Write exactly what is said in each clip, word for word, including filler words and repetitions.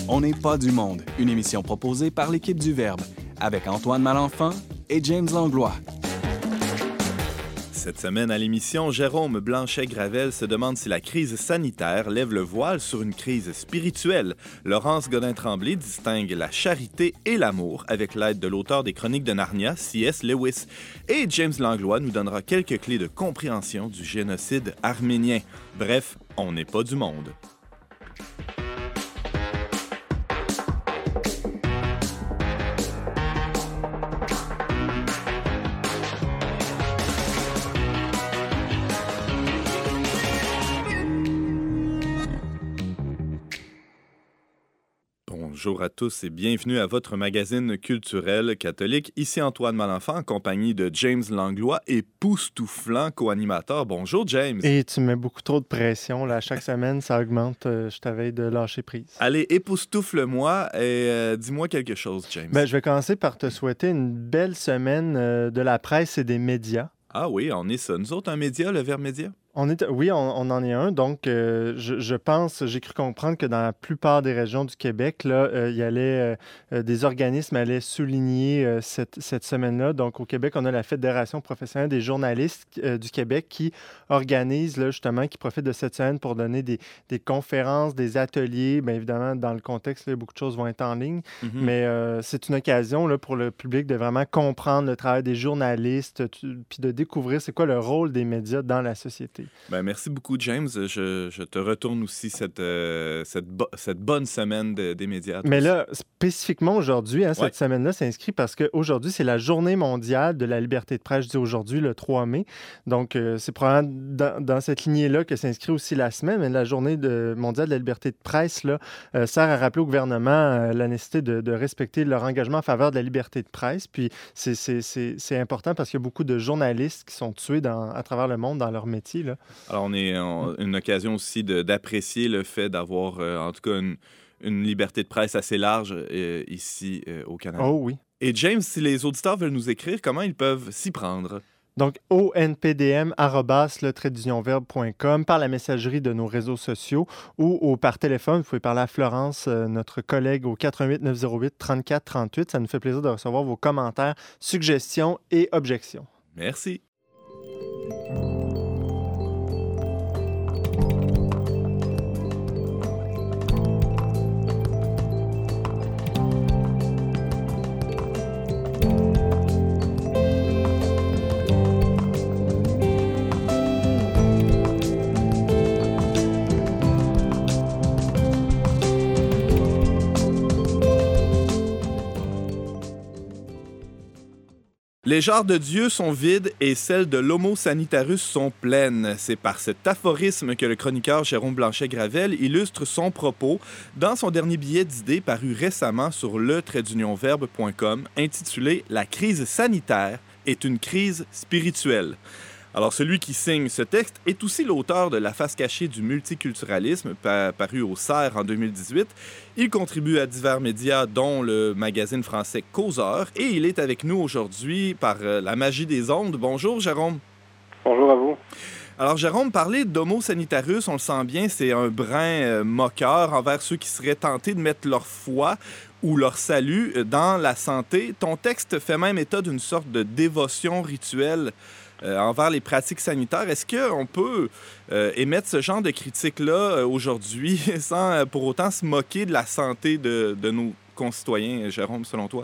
On n'est pas du monde, une émission proposée par l'équipe du Verbe, avec Antoine Malenfant et James Langlois. Cette semaine à l'émission, Jérôme Blanchet-Gravel se demande si la crise sanitaire lève le voile sur une crise spirituelle. Laurence Godin-Tremblay distingue la charité et l'amour avec l'aide de l'auteur des Chroniques de Narnia, C S. Lewis. Et James Langlois nous donnera quelques clés de compréhension du génocide arménien. Bref, on n'est pas du monde. Bonjour à tous et bienvenue à votre magazine culturel catholique. Ici Antoine Malenfant en compagnie de James Langlois, époustouflant co-animateur. Bonjour James. Et tu mets beaucoup trop de pression. Là. Chaque semaine, ça augmente. Euh, je t'avais de lâcher prise. Allez, époustoufle-moi et euh, dis-moi quelque chose, James. Ben, je vais commencer par te souhaiter une belle semaine euh, de la presse et des médias. Ah oui, on est ça. Nous autres, un média, le Verbe Média? On est, oui, on, on en est un. Donc, euh, je, je pense, j'ai cru comprendre que dans la plupart des régions du Québec, là, euh, il y allait, euh, des organismes allaient souligner euh, cette, cette semaine-là. Donc, au Québec, on a la Fédération professionnelle des journalistes euh, du Québec qui organise, là, justement, qui profite de cette semaine pour donner des, des conférences, des ateliers. Bien évidemment, dans le contexte, là, beaucoup de choses vont être en ligne. Mm-hmm. Mais euh, c'est une occasion là, pour le public de vraiment comprendre le travail des journalistes, puis de découvrir c'est quoi le rôle des médias dans la société. Ben, merci beaucoup, James. Je, je te retourne aussi cette, euh, cette, bo- cette bonne semaine de, des médias. Mais là, spécifiquement aujourd'hui, hein, cette ouais. semaine-là s'inscrit parce qu'aujourd'hui, c'est la Journée mondiale de la liberté de presse. Je dis aujourd'hui, le trois mai. Donc, euh, c'est probablement dans, dans cette lignée-là que s'inscrit aussi la semaine. Mais la Journée de, mondiale de la liberté de presse là, euh, sert à rappeler au gouvernement euh, la nécessité de, de respecter leur engagement en faveur de la liberté de presse. Puis, c'est, c'est, c'est, c'est important parce qu'il y a beaucoup de journalistes qui sont tués dans, à travers le monde dans leur métier, là. Alors, on est on, une occasion aussi de, d'apprécier le fait d'avoir, euh, en tout cas, une, une liberté de presse assez large euh, ici euh, au Canada. Oh oui. Et James, si les auditeurs veulent nous écrire, comment ils peuvent s'y prendre? Donc, o n p d m arobase le trait d'union verbe point com, par la messagerie de nos réseaux sociaux ou, ou par téléphone. Vous pouvez parler à Florence, euh, notre collègue, au quatre un huit neuf zéro huit trente-quatre trente-huit. Ça nous fait plaisir de recevoir vos commentaires, suggestions et objections. Merci. Les jarres de Dieu sont vides et celles de l'Homo Sanitarus sont pleines. C'est par cet aphorisme que le chroniqueur Jérôme Blanchet-Gravel illustre son propos dans son dernier billet d'idées paru récemment sur le trait d'union verbe point com, intitulé « La crise sanitaire est une crise spirituelle ». Alors, celui qui signe ce texte est aussi l'auteur de La face cachée du multiculturalisme, pa- paru au C E R en deux mille dix-huit. Il contribue à divers médias, dont le magazine français Causeur, et il est avec nous aujourd'hui par euh, la magie des ondes. Bonjour, Jérôme. Bonjour à vous. Alors, Jérôme, parler d'Homo Sanitarus, on le sent bien, c'est un brin euh, moqueur envers ceux qui seraient tentés de mettre leur foi ou leur salut dans la santé. Ton texte fait même état d'une sorte de dévotion rituelle Euh, envers les pratiques sanitaires. Est-ce qu'on peut euh, émettre ce genre de critiques-là euh, aujourd'hui sans euh, pour autant se moquer de la santé de, de nos concitoyens, Jérôme, selon toi?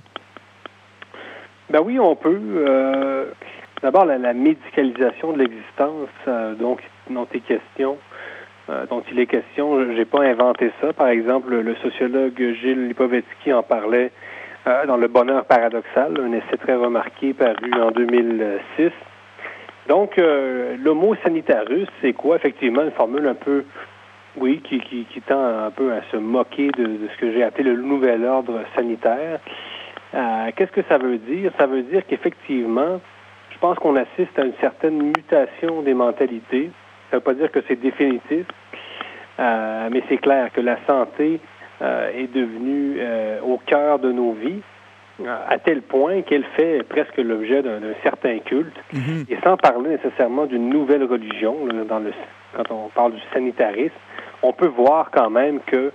Ben oui, on peut. Euh, d'abord, la, la médicalisation de l'existence, euh, donc, dont il est question, euh, dont il est question, j'ai pas inventé ça. Par exemple, le sociologue Gilles Lipovetsky en parlait euh, dans Le Bonheur paradoxal, un essai très remarqué paru en deux mille six. Donc, euh, l'homo sanitarus, c'est quoi? Effectivement, une formule un peu, oui, qui, qui, qui tend un peu à se moquer de, de ce que j'ai appelé le nouvel ordre sanitaire. Euh, qu'est-ce que ça veut dire? Ça veut dire qu'effectivement, je pense qu'on assiste à une certaine mutation des mentalités. Ça ne veut pas dire que c'est définitif, euh, mais c'est clair que la santé euh, est devenue euh, au cœur de nos vies, à tel point qu'elle fait presque l'objet d'un, d'un certain culte, mm-hmm. et sans parler nécessairement d'une nouvelle religion, là, dans le, quand on parle du sanitarisme, on peut voir quand même que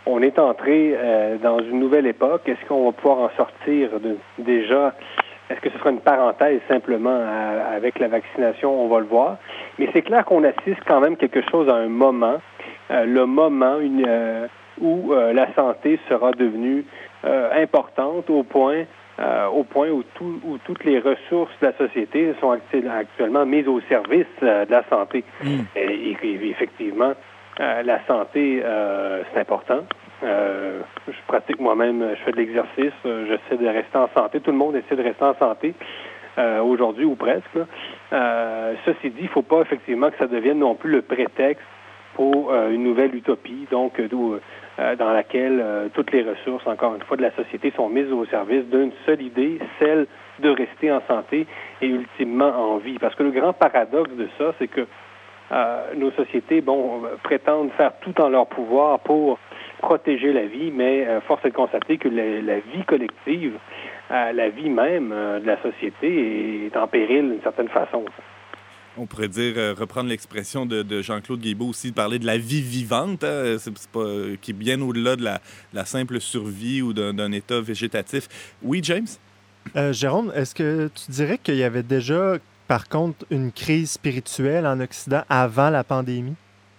on est entré euh, dans une nouvelle époque. Est-ce qu'on va pouvoir en sortir de, déjà? Est-ce que ce sera une parenthèse simplement à, avec la vaccination? On va le voir. Mais c'est clair qu'on assiste quand même quelque chose à un moment, euh, le moment une, euh, où euh, la santé sera devenue euh, importante au point, euh, au point où, tout, où toutes les ressources de la société sont actuellement mises au service euh, de la santé. Mmh. Et, et, effectivement, euh, la santé, euh, c'est important. Euh, je pratique moi-même, je fais de l'exercice, euh, j'essaie de rester en santé. Tout le monde essaie de rester en santé euh, aujourd'hui ou presque. Euh, ceci dit, il ne faut pas effectivement que ça devienne non plus le prétexte pour euh, une nouvelle utopie, donc euh, dans laquelle euh, toutes les ressources, encore une fois, de la société sont mises au service d'une seule idée, celle de rester en santé et ultimement en vie. Parce que le grand paradoxe de ça, c'est que euh, nos sociétés, bon, prétendent faire tout en leur pouvoir pour protéger la vie, mais euh, force est de constater que la, la vie collective, euh, la vie même euh, de la société est en péril d'une certaine façon. On pourrait dire, euh, reprendre l'expression de, de Jean-Claude Guilbeault aussi, de parler de la vie vivante, hein, c'est, c'est pas, euh, qui est bien au-delà de la, la simple survie ou d'un, d'un état végétatif. Oui, James? Euh, Jérôme, est-ce que tu dirais qu'il y avait déjà, par contre, une crise spirituelle en Occident avant la pandémie?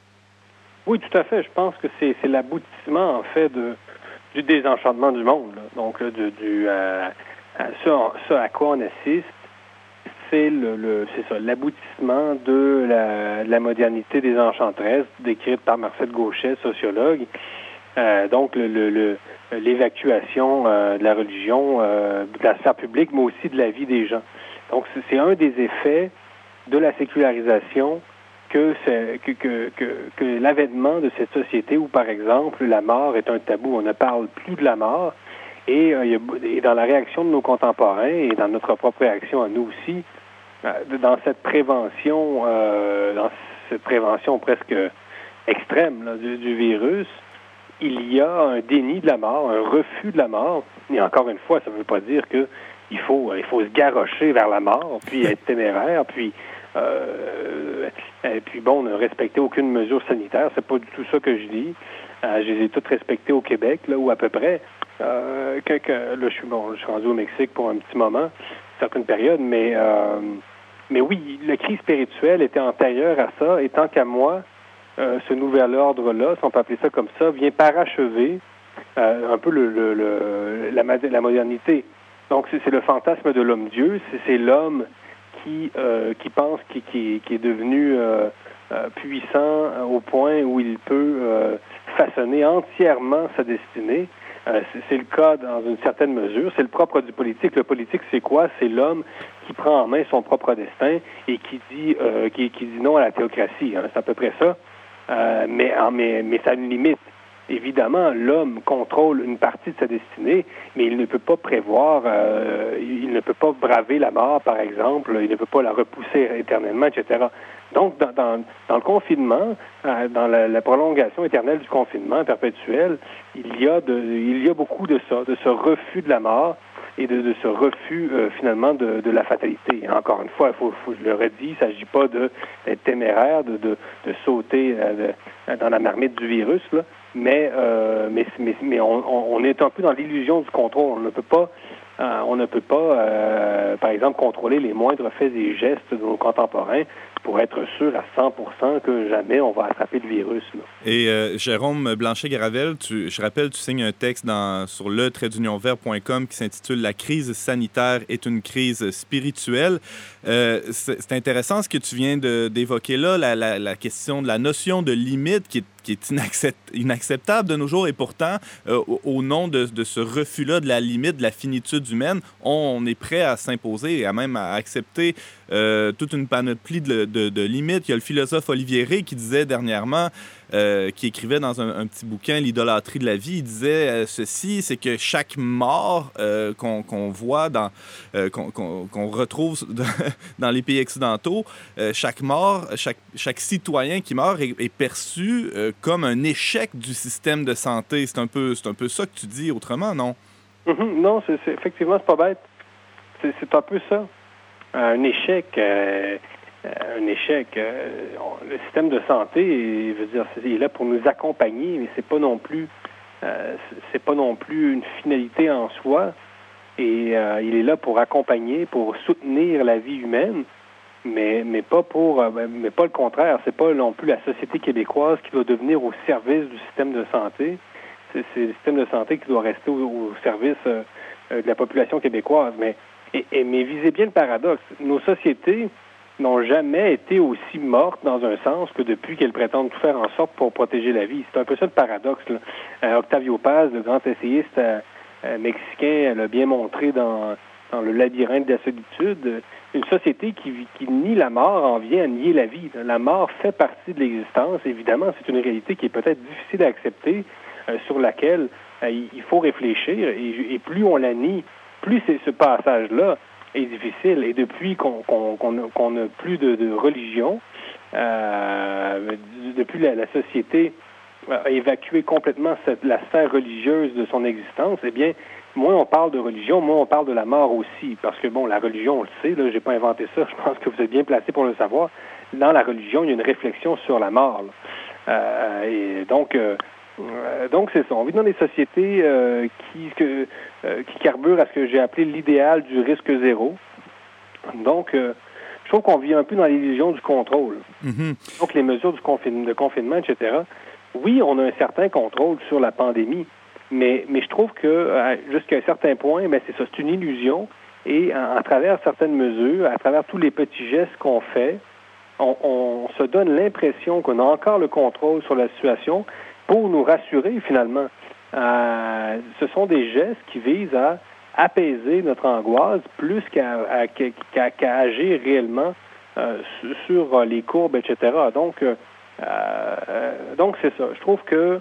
Oui, tout à fait. Je pense que c'est, c'est l'aboutissement, en fait, de, du désenchantement du monde. Là. Donc, là, du, du, euh, ce, ce à quoi on assiste, c'est, le, le, c'est ça, l'aboutissement de la, de la modernité des enchantresses, décrite par Marcel Gauchet, sociologue. Euh, donc, le, le, le, l'évacuation euh, de la religion, euh, de la sphère publique, mais aussi de la vie des gens. Donc, c'est, c'est un des effets de la sécularisation que, c'est, que, que, que, que l'avènement de cette société où, par exemple, la mort est un tabou. On ne parle plus de la mort. Et, euh, il y a, et dans la réaction de nos contemporains et dans notre propre réaction à nous aussi, euh, dans cette prévention, euh, dans cette prévention presque extrême là, du, du virus, il y a un déni de la mort, un refus de la mort. Et encore une fois, ça ne veut pas dire que il faut, il faut se garrocher vers la mort, puis être téméraire, puis euh, et puis bon, ne respecter aucune mesure sanitaire. C'est pas du tout ça que je dis. Euh, je les ai toutes respectées au Québec, là, ou à peu près. Euh, que, que, là, je suis bon, je suis rendu au Mexique pour un petit moment, certaines périodes, mais euh, mais oui, la crise spirituelle était antérieure à ça, et tant qu'à moi, euh, ce nouvel ordre-là, si on peut appeler ça comme ça, vient parachever euh, un peu le, le, le la, la modernité. Donc c'est, c'est le fantasme de l'homme-dieu, c'est, c'est l'homme qui euh, qui pense qui, qui, qui est devenu euh, euh, puissant au point où il peut euh, façonner entièrement sa destinée. Euh, c'est, c'est le cas dans une certaine mesure. C'est le propre du politique. Le politique, c'est quoi? C'est l'homme qui prend en main son propre destin et qui dit euh, qui, qui dit non à la théocratie. Hein. C'est à peu près ça. Euh, mais, mais, mais ça a une limite. Évidemment, l'homme contrôle une partie de sa destinée, mais il ne peut pas prévoir, euh, il ne peut pas braver la mort, par exemple, il ne peut pas la repousser éternellement, et cetera. Donc, dans, dans, dans le confinement, euh, dans la, la prolongation éternelle du confinement perpétuel, il y a de, il y a beaucoup de ça, de ce refus de la mort et de, de ce refus, euh, finalement, de, de la fatalité. Et encore une fois, il faut, faut, je le redis, il ne s'agit pas de, d'être téméraire, de, de, de sauter euh, de, dans la marmite du virus, là. Mais, euh, mais, mais, mais on, on est un peu dans l'illusion du contrôle. On ne peut pas, euh, on ne peut pas, euh, par exemple, contrôler les moindres faits et gestes de nos contemporains pour être sûr à cent pour cent que jamais on va attraper le virus. Là. Et euh, Jérôme Blanchet-Gravel, tu, je rappelle, tu signes un texte dans, sur le trait d'union vert point com qui s'intitule « La crise sanitaire est une crise spirituelle ». Euh, c'est, c'est intéressant ce que tu viens de, d'évoquer là, la, la, la question de la notion de limite qui est qui est inaccept- inacceptable de nos jours, et pourtant, euh, au, au nom de, de ce refus-là de la limite, de la finitude humaine, on, on est prêt à s'imposer et à même à accepter euh, toute une panoplie de, de, de limites. Il y a le philosophe Olivier Rey qui disait dernièrement, euh, qui écrivait dans un, un petit bouquin « L'idolâtrie de la vie », il disait euh, ceci, c'est que chaque mort euh, qu'on, qu'on voit, dans, euh, qu'on, qu'on, qu'on retrouve dans les pays occidentaux, euh, chaque mort, chaque, chaque citoyen qui meurt est, est perçu euh, comme un échec du système de santé. C'est un peu, c'est un peu ça que tu dis autrement, non? Mm-hmm. Non, c'est, c'est, effectivement, c'est pas bête. C'est, c'est un peu ça. Un échec... Euh... un échec. Euh, on, le système de santé, il veut dire, c'est, il est là pour nous accompagner, mais c'est pas non plus euh, c'est pas non plus une finalité en soi. Et euh, il est là pour accompagner, pour soutenir la vie humaine, mais mais pas pour, euh, mais pas le contraire. C'est pas non plus la société québécoise qui doit devenir au service du système de santé. C'est, c'est le système de santé qui doit rester au, au service euh, de la population québécoise. Mais et, et mais visez bien le paradoxe. Nos sociétés n'ont jamais été aussi mortes dans un sens que depuis qu'elles prétendent tout faire en sorte pour protéger la vie. C'est un peu ça le paradoxe, là. Euh, Octavio Paz, le grand essayiste euh, Euh, mexicain, l'a bien montré dans, dans Le labyrinthe de la solitude. Une société qui, qui nie la mort en vient à nier la vie. La mort fait partie de l'existence. Évidemment, c'est une réalité qui est peut-être difficile à accepter, euh, sur laquelle euh, il faut réfléchir. Et, et plus on la nie, plus c'est, ce passage-là est difficile. Et depuis qu'on qu'on, qu'on, a, qu'on a plus de, de religion, euh, depuis la, la société a évacué complètement cette, la sphère religieuse de son existence, eh bien, moins on parle de religion, moins on parle de la mort aussi. Parce que, bon, la religion, on le sait, là, j'ai pas inventé ça, je pense que vous êtes bien placé pour le savoir. Dans la religion, il y a une réflexion sur la mort. Euh, et donc, euh, donc, c'est ça. On vit dans des sociétés euh, qui, que, euh, qui carburent à ce que j'ai appelé l'idéal du risque zéro. Donc, euh, je trouve qu'on vit un peu dans l'illusion du contrôle. Mm-hmm. Donc, les mesures du confin- de confinement, et cetera, oui, on a un certain contrôle sur la pandémie, mais, mais je trouve que euh, jusqu'à un certain point, ben c'est ça, c'est une illusion. Et à, à travers certaines mesures, à travers tous les petits gestes qu'on fait, on, on se donne l'impression qu'on a encore le contrôle sur la situation pour nous rassurer finalement. Euh, ce sont des gestes qui visent à apaiser notre angoisse plus qu'à, à, qu'à, qu'à agir réellement euh, sur les courbes, et cetera. Donc, euh, Euh, donc, c'est ça. Je trouve que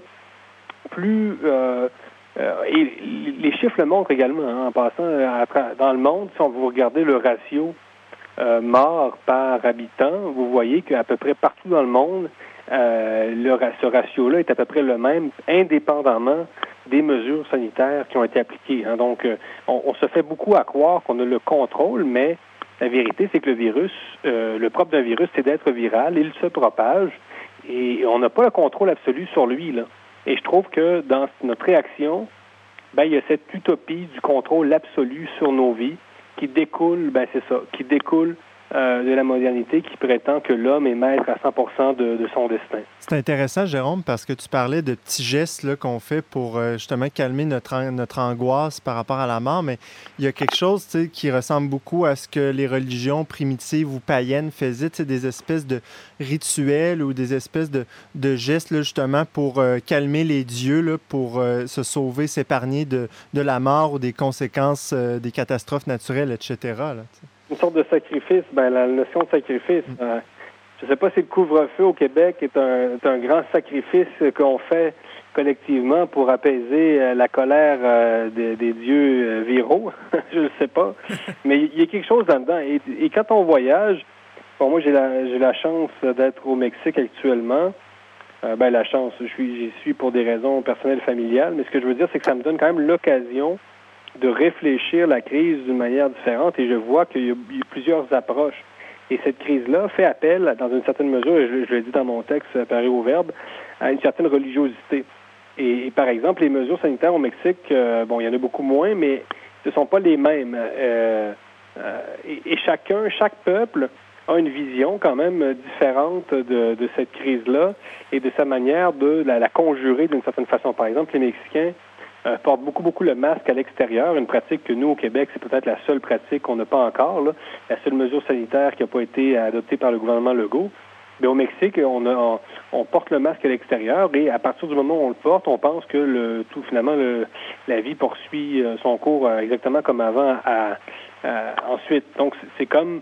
plus... Euh, euh, et les chiffres le montrent également, hein, en passant à, dans le monde, si on vous regardez le ratio euh, mort par habitant, vous voyez qu'à peu près partout dans le monde, euh, le, ce ratio-là est à peu près le même, indépendamment des mesures sanitaires qui ont été appliquées. Hein. Donc, euh, on, on se fait beaucoup à croire qu'on a le contrôle, mais la vérité, c'est que le virus, euh, le propre d'un virus, c'est d'être viral, il se propage, et on n'a pas le contrôle absolu sur lui, là. Et je trouve que dans notre réaction, ben, il y a cette utopie du contrôle absolu sur nos vies qui découle, ben c'est ça, qui découle euh, de la modernité qui prétend que l'homme est maître à cent pour cent de, de son destin. C'est intéressant, Jérôme, parce que tu parlais de petits gestes là, qu'on fait pour euh, justement calmer notre, an- notre angoisse par rapport à la mort, mais il y a quelque chose qui ressemble beaucoup à ce que les religions primitives ou païennes faisaient, des espèces de rituels ou des espèces de, de gestes là, justement pour euh, calmer les dieux, là, pour euh, se sauver, s'épargner de, de la mort ou des conséquences euh, des catastrophes naturelles, et cetera. Là, une sorte de sacrifice, ben la notion de sacrifice, mm. euh, je ne sais pas si le couvre-feu au Québec est un, est un grand sacrifice qu'on fait collectivement pour apaiser euh, la colère euh, des, des dieux euh, viraux, je ne sais pas, mais il y a quelque chose là-dedans. Et, et quand on voyage, bon, moi j'ai la, j'ai la chance d'être au Mexique actuellement, euh, ben la chance, je suis, j'y suis pour des raisons personnelles, familiales, mais ce que je veux dire, c'est que ça me donne quand même l'occasion de réfléchir la crise d'une manière différente, et je vois qu'il y a, il y a plusieurs approches. Et cette crise-là fait appel, dans une certaine mesure, et je, je l'ai dit dans mon texte, paru au Verbe, à une certaine religiosité. Et, et par exemple, les mesures sanitaires au Mexique, euh, bon, il y en a beaucoup moins, mais ce ne sont pas les mêmes. Euh, euh, et, et chacun, chaque peuple a une vision quand même différente de, de cette crise-là et de sa manière de la, la conjurer d'une certaine façon. Par exemple, les Mexicains Euh, portent beaucoup, beaucoup le masque à l'extérieur, une pratique que nous, au Québec, c'est peut-être la seule pratique qu'on n'a pas encore, là, la seule mesure sanitaire qui n'a pas été adoptée par le gouvernement Legault. Mais au Mexique, on, a, on, on porte le masque à l'extérieur, et à partir du moment où on le porte, on pense que le, tout finalement le, la vie poursuit son cours exactement comme avant à, à, ensuite. Donc, c'est, c'est comme...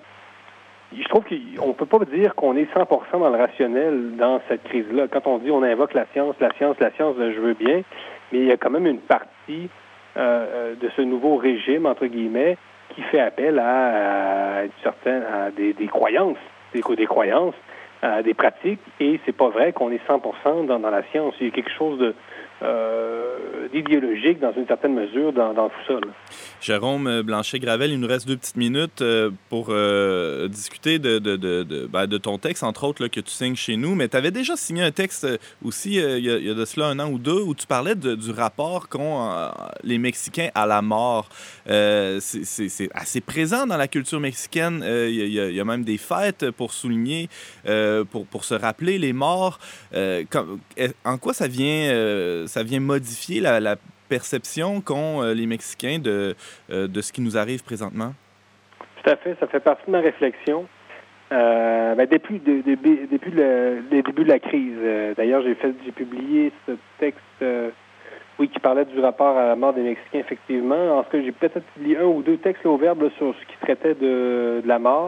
Je trouve qu'on ne peut pas dire qu'on est cent pour cent dans le rationnel dans cette crise-là. Quand on dit on invoque la science, la science, la science, je veux bien, mais il y a quand même une partie euh, de ce nouveau régime, entre guillemets, qui fait appel à, à, une certaine, à des, des croyances, des, des croyances, à des pratiques, et c'est pas vrai qu'on est cent pour cent dans, dans la science. Il y a quelque chose de, euh, d'idéologique, dans une certaine mesure, dans, dans tout ça. Là. Jérôme Blanchet-Gravel, il nous reste deux petites minutes euh, pour euh, discuter de, de, de, de, ben, de ton texte, entre autres, là, que tu signes chez nous. Mais tu avais déjà signé un texte aussi, euh, il, y a, il y a de cela un an ou deux, où tu parlais de, du rapport qu'ont euh, les Mexicains à la mort. Euh, c'est, c'est, c'est assez présent dans la culture mexicaine. Euh, il, y a, il y a même des fêtes pour souligner, euh, pour, pour se rappeler les morts. Euh, comme, en quoi ça vient, euh, ça vient modifier la, la perception qu'ont euh, les Mexicains de, euh, de ce qui nous arrive présentement? Tout à fait, ça fait partie de ma réflexion. Euh, ben depuis de, de, de, depuis le, le début de la crise. Euh, d'ailleurs, j'ai fait, j'ai publié ce texte, euh, oui, qui parlait du rapport à la mort des Mexicains, effectivement. En tout cas, j'ai peut-être publié un ou deux textes là, au Verbe là, sur ce qui traitait de, de la mort.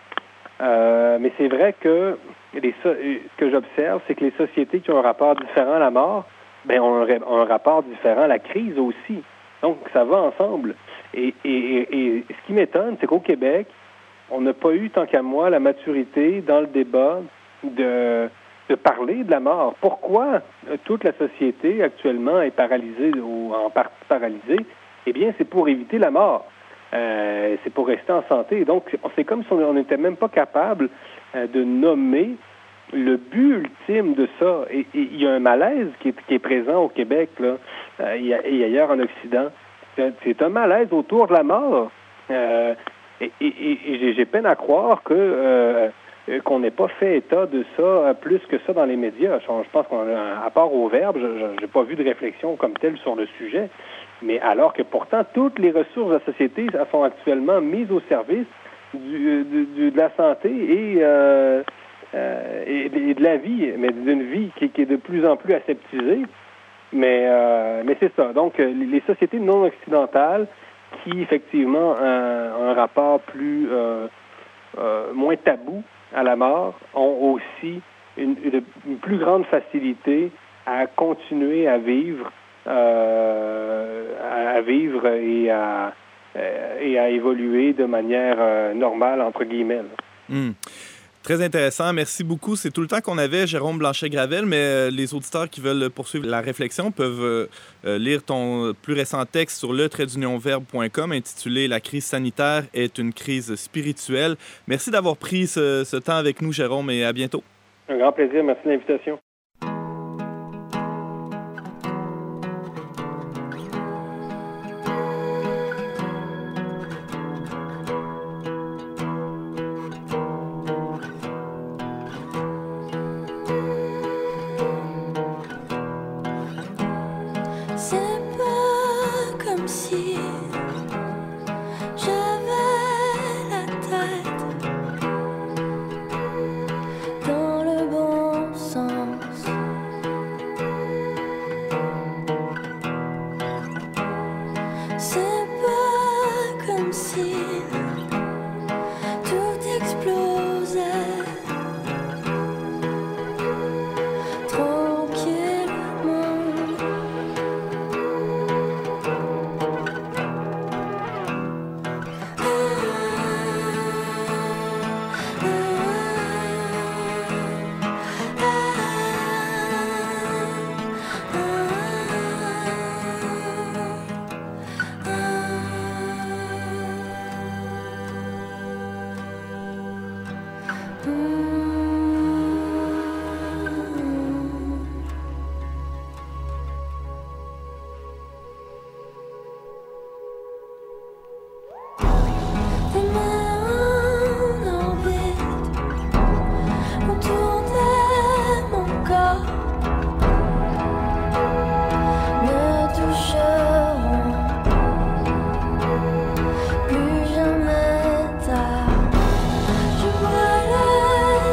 Euh, mais c'est vrai que les, ce que j'observe, c'est que les sociétés qui ont un rapport différent à la mort, ben, ont, un, ont un rapport différent à la crise aussi. Donc, ça va ensemble. Et, et, et, et ce qui m'étonne, c'est qu'au Québec, on n'a pas eu, tant qu'à moi, la maturité dans le débat de, de parler de la mort. Pourquoi toute la société actuellement est paralysée ou en partie paralysée? Eh bien, c'est pour éviter la mort. Euh, c'est pour rester en santé. Donc, c'est comme si on n'était même pas capable euh, de nommer le but ultime de ça. Et il y a un malaise qui est, qui est présent au Québec là, euh, et, et ailleurs en Occident. C'est, c'est un malaise autour de la mort. Euh, et, et, et j'ai peine à croire que euh, qu'on n'ait pas fait état de ça plus que ça dans les médias. Je, je pense qu'on a, à part au Verbe, je n'ai pas vu de réflexion comme telle sur le sujet. Mais alors que pourtant, toutes les ressources de la société sont actuellement mises au service du, du, du, de la santé et, euh, euh, et, et de la vie, mais d'une vie qui, qui est de plus en plus aseptisée. Mais, euh, mais c'est ça. Donc, les sociétés non occidentales qui, effectivement, ont un rapport plus euh, euh, moins tabou à la mort, ont aussi une, une, une plus grande facilité à continuer à vivre Euh, à vivre et à, euh, et à évoluer de manière euh, normale, entre guillemets. Mmh. Très intéressant. Merci beaucoup. C'est tout le temps qu'on avait, Jérôme Blanchet-Gravel, mais euh, les auditeurs qui veulent poursuivre la réflexion peuvent euh, lire ton plus récent texte sur le trait d'union verbe point com intitulé « La crise sanitaire est une crise spirituelle ». Merci d'avoir pris ce, ce temps avec nous, Jérôme, et à bientôt. Un grand plaisir. Merci de l'invitation. Je vois la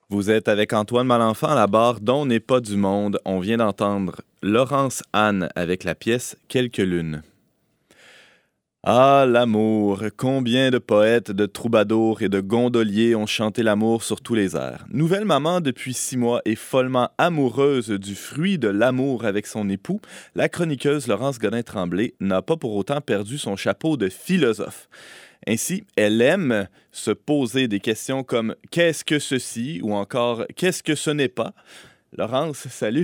Vous êtes avec Antoine Malenfant à la barre d'On n'est pas du monde. On vient d'entendre Laurence Anne avec la pièce Quelques lunes. Ah, l'amour! Combien de poètes, de troubadours et de gondoliers ont chanté l'amour sur tous les airs. Nouvelle maman depuis six mois et follement amoureuse du fruit de l'amour avec son époux, la chroniqueuse Laurence Godin-Tremblay n'a pas pour autant perdu son chapeau de philosophe. Ainsi, elle aime se poser des questions comme « Qu'est-ce que ceci ?» ou encore « Qu'est-ce que ce n'est pas ?» Laurence, salut!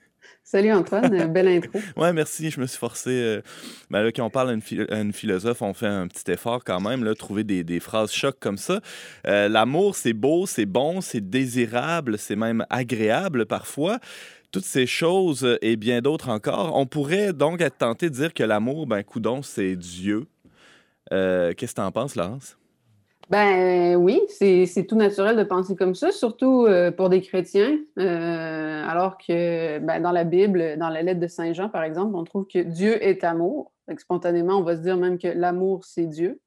Salut Antoine, belle intro. Ouais, merci, je me suis forcé. Euh, ben là, quand on parle à une, philo- à une philosophe, on fait un petit effort quand même, là, trouver des, des phrases choc comme ça. Euh, l'amour, c'est beau, c'est bon, c'est désirable, c'est même agréable parfois. Toutes ces choses et bien d'autres encore. On pourrait donc être tenté de dire que l'amour, ben, coudonc, c'est Dieu. Euh, qu'est-ce que t'en penses, Laurence? Ben euh, oui, c'est, c'est tout naturel de penser comme ça, surtout euh, pour des chrétiens, euh, alors que ben, dans la Bible, dans la lettre de Saint Jean, par exemple, on trouve que Dieu est amour. Fait que spontanément, on va se dire même que l'amour, c'est Dieu.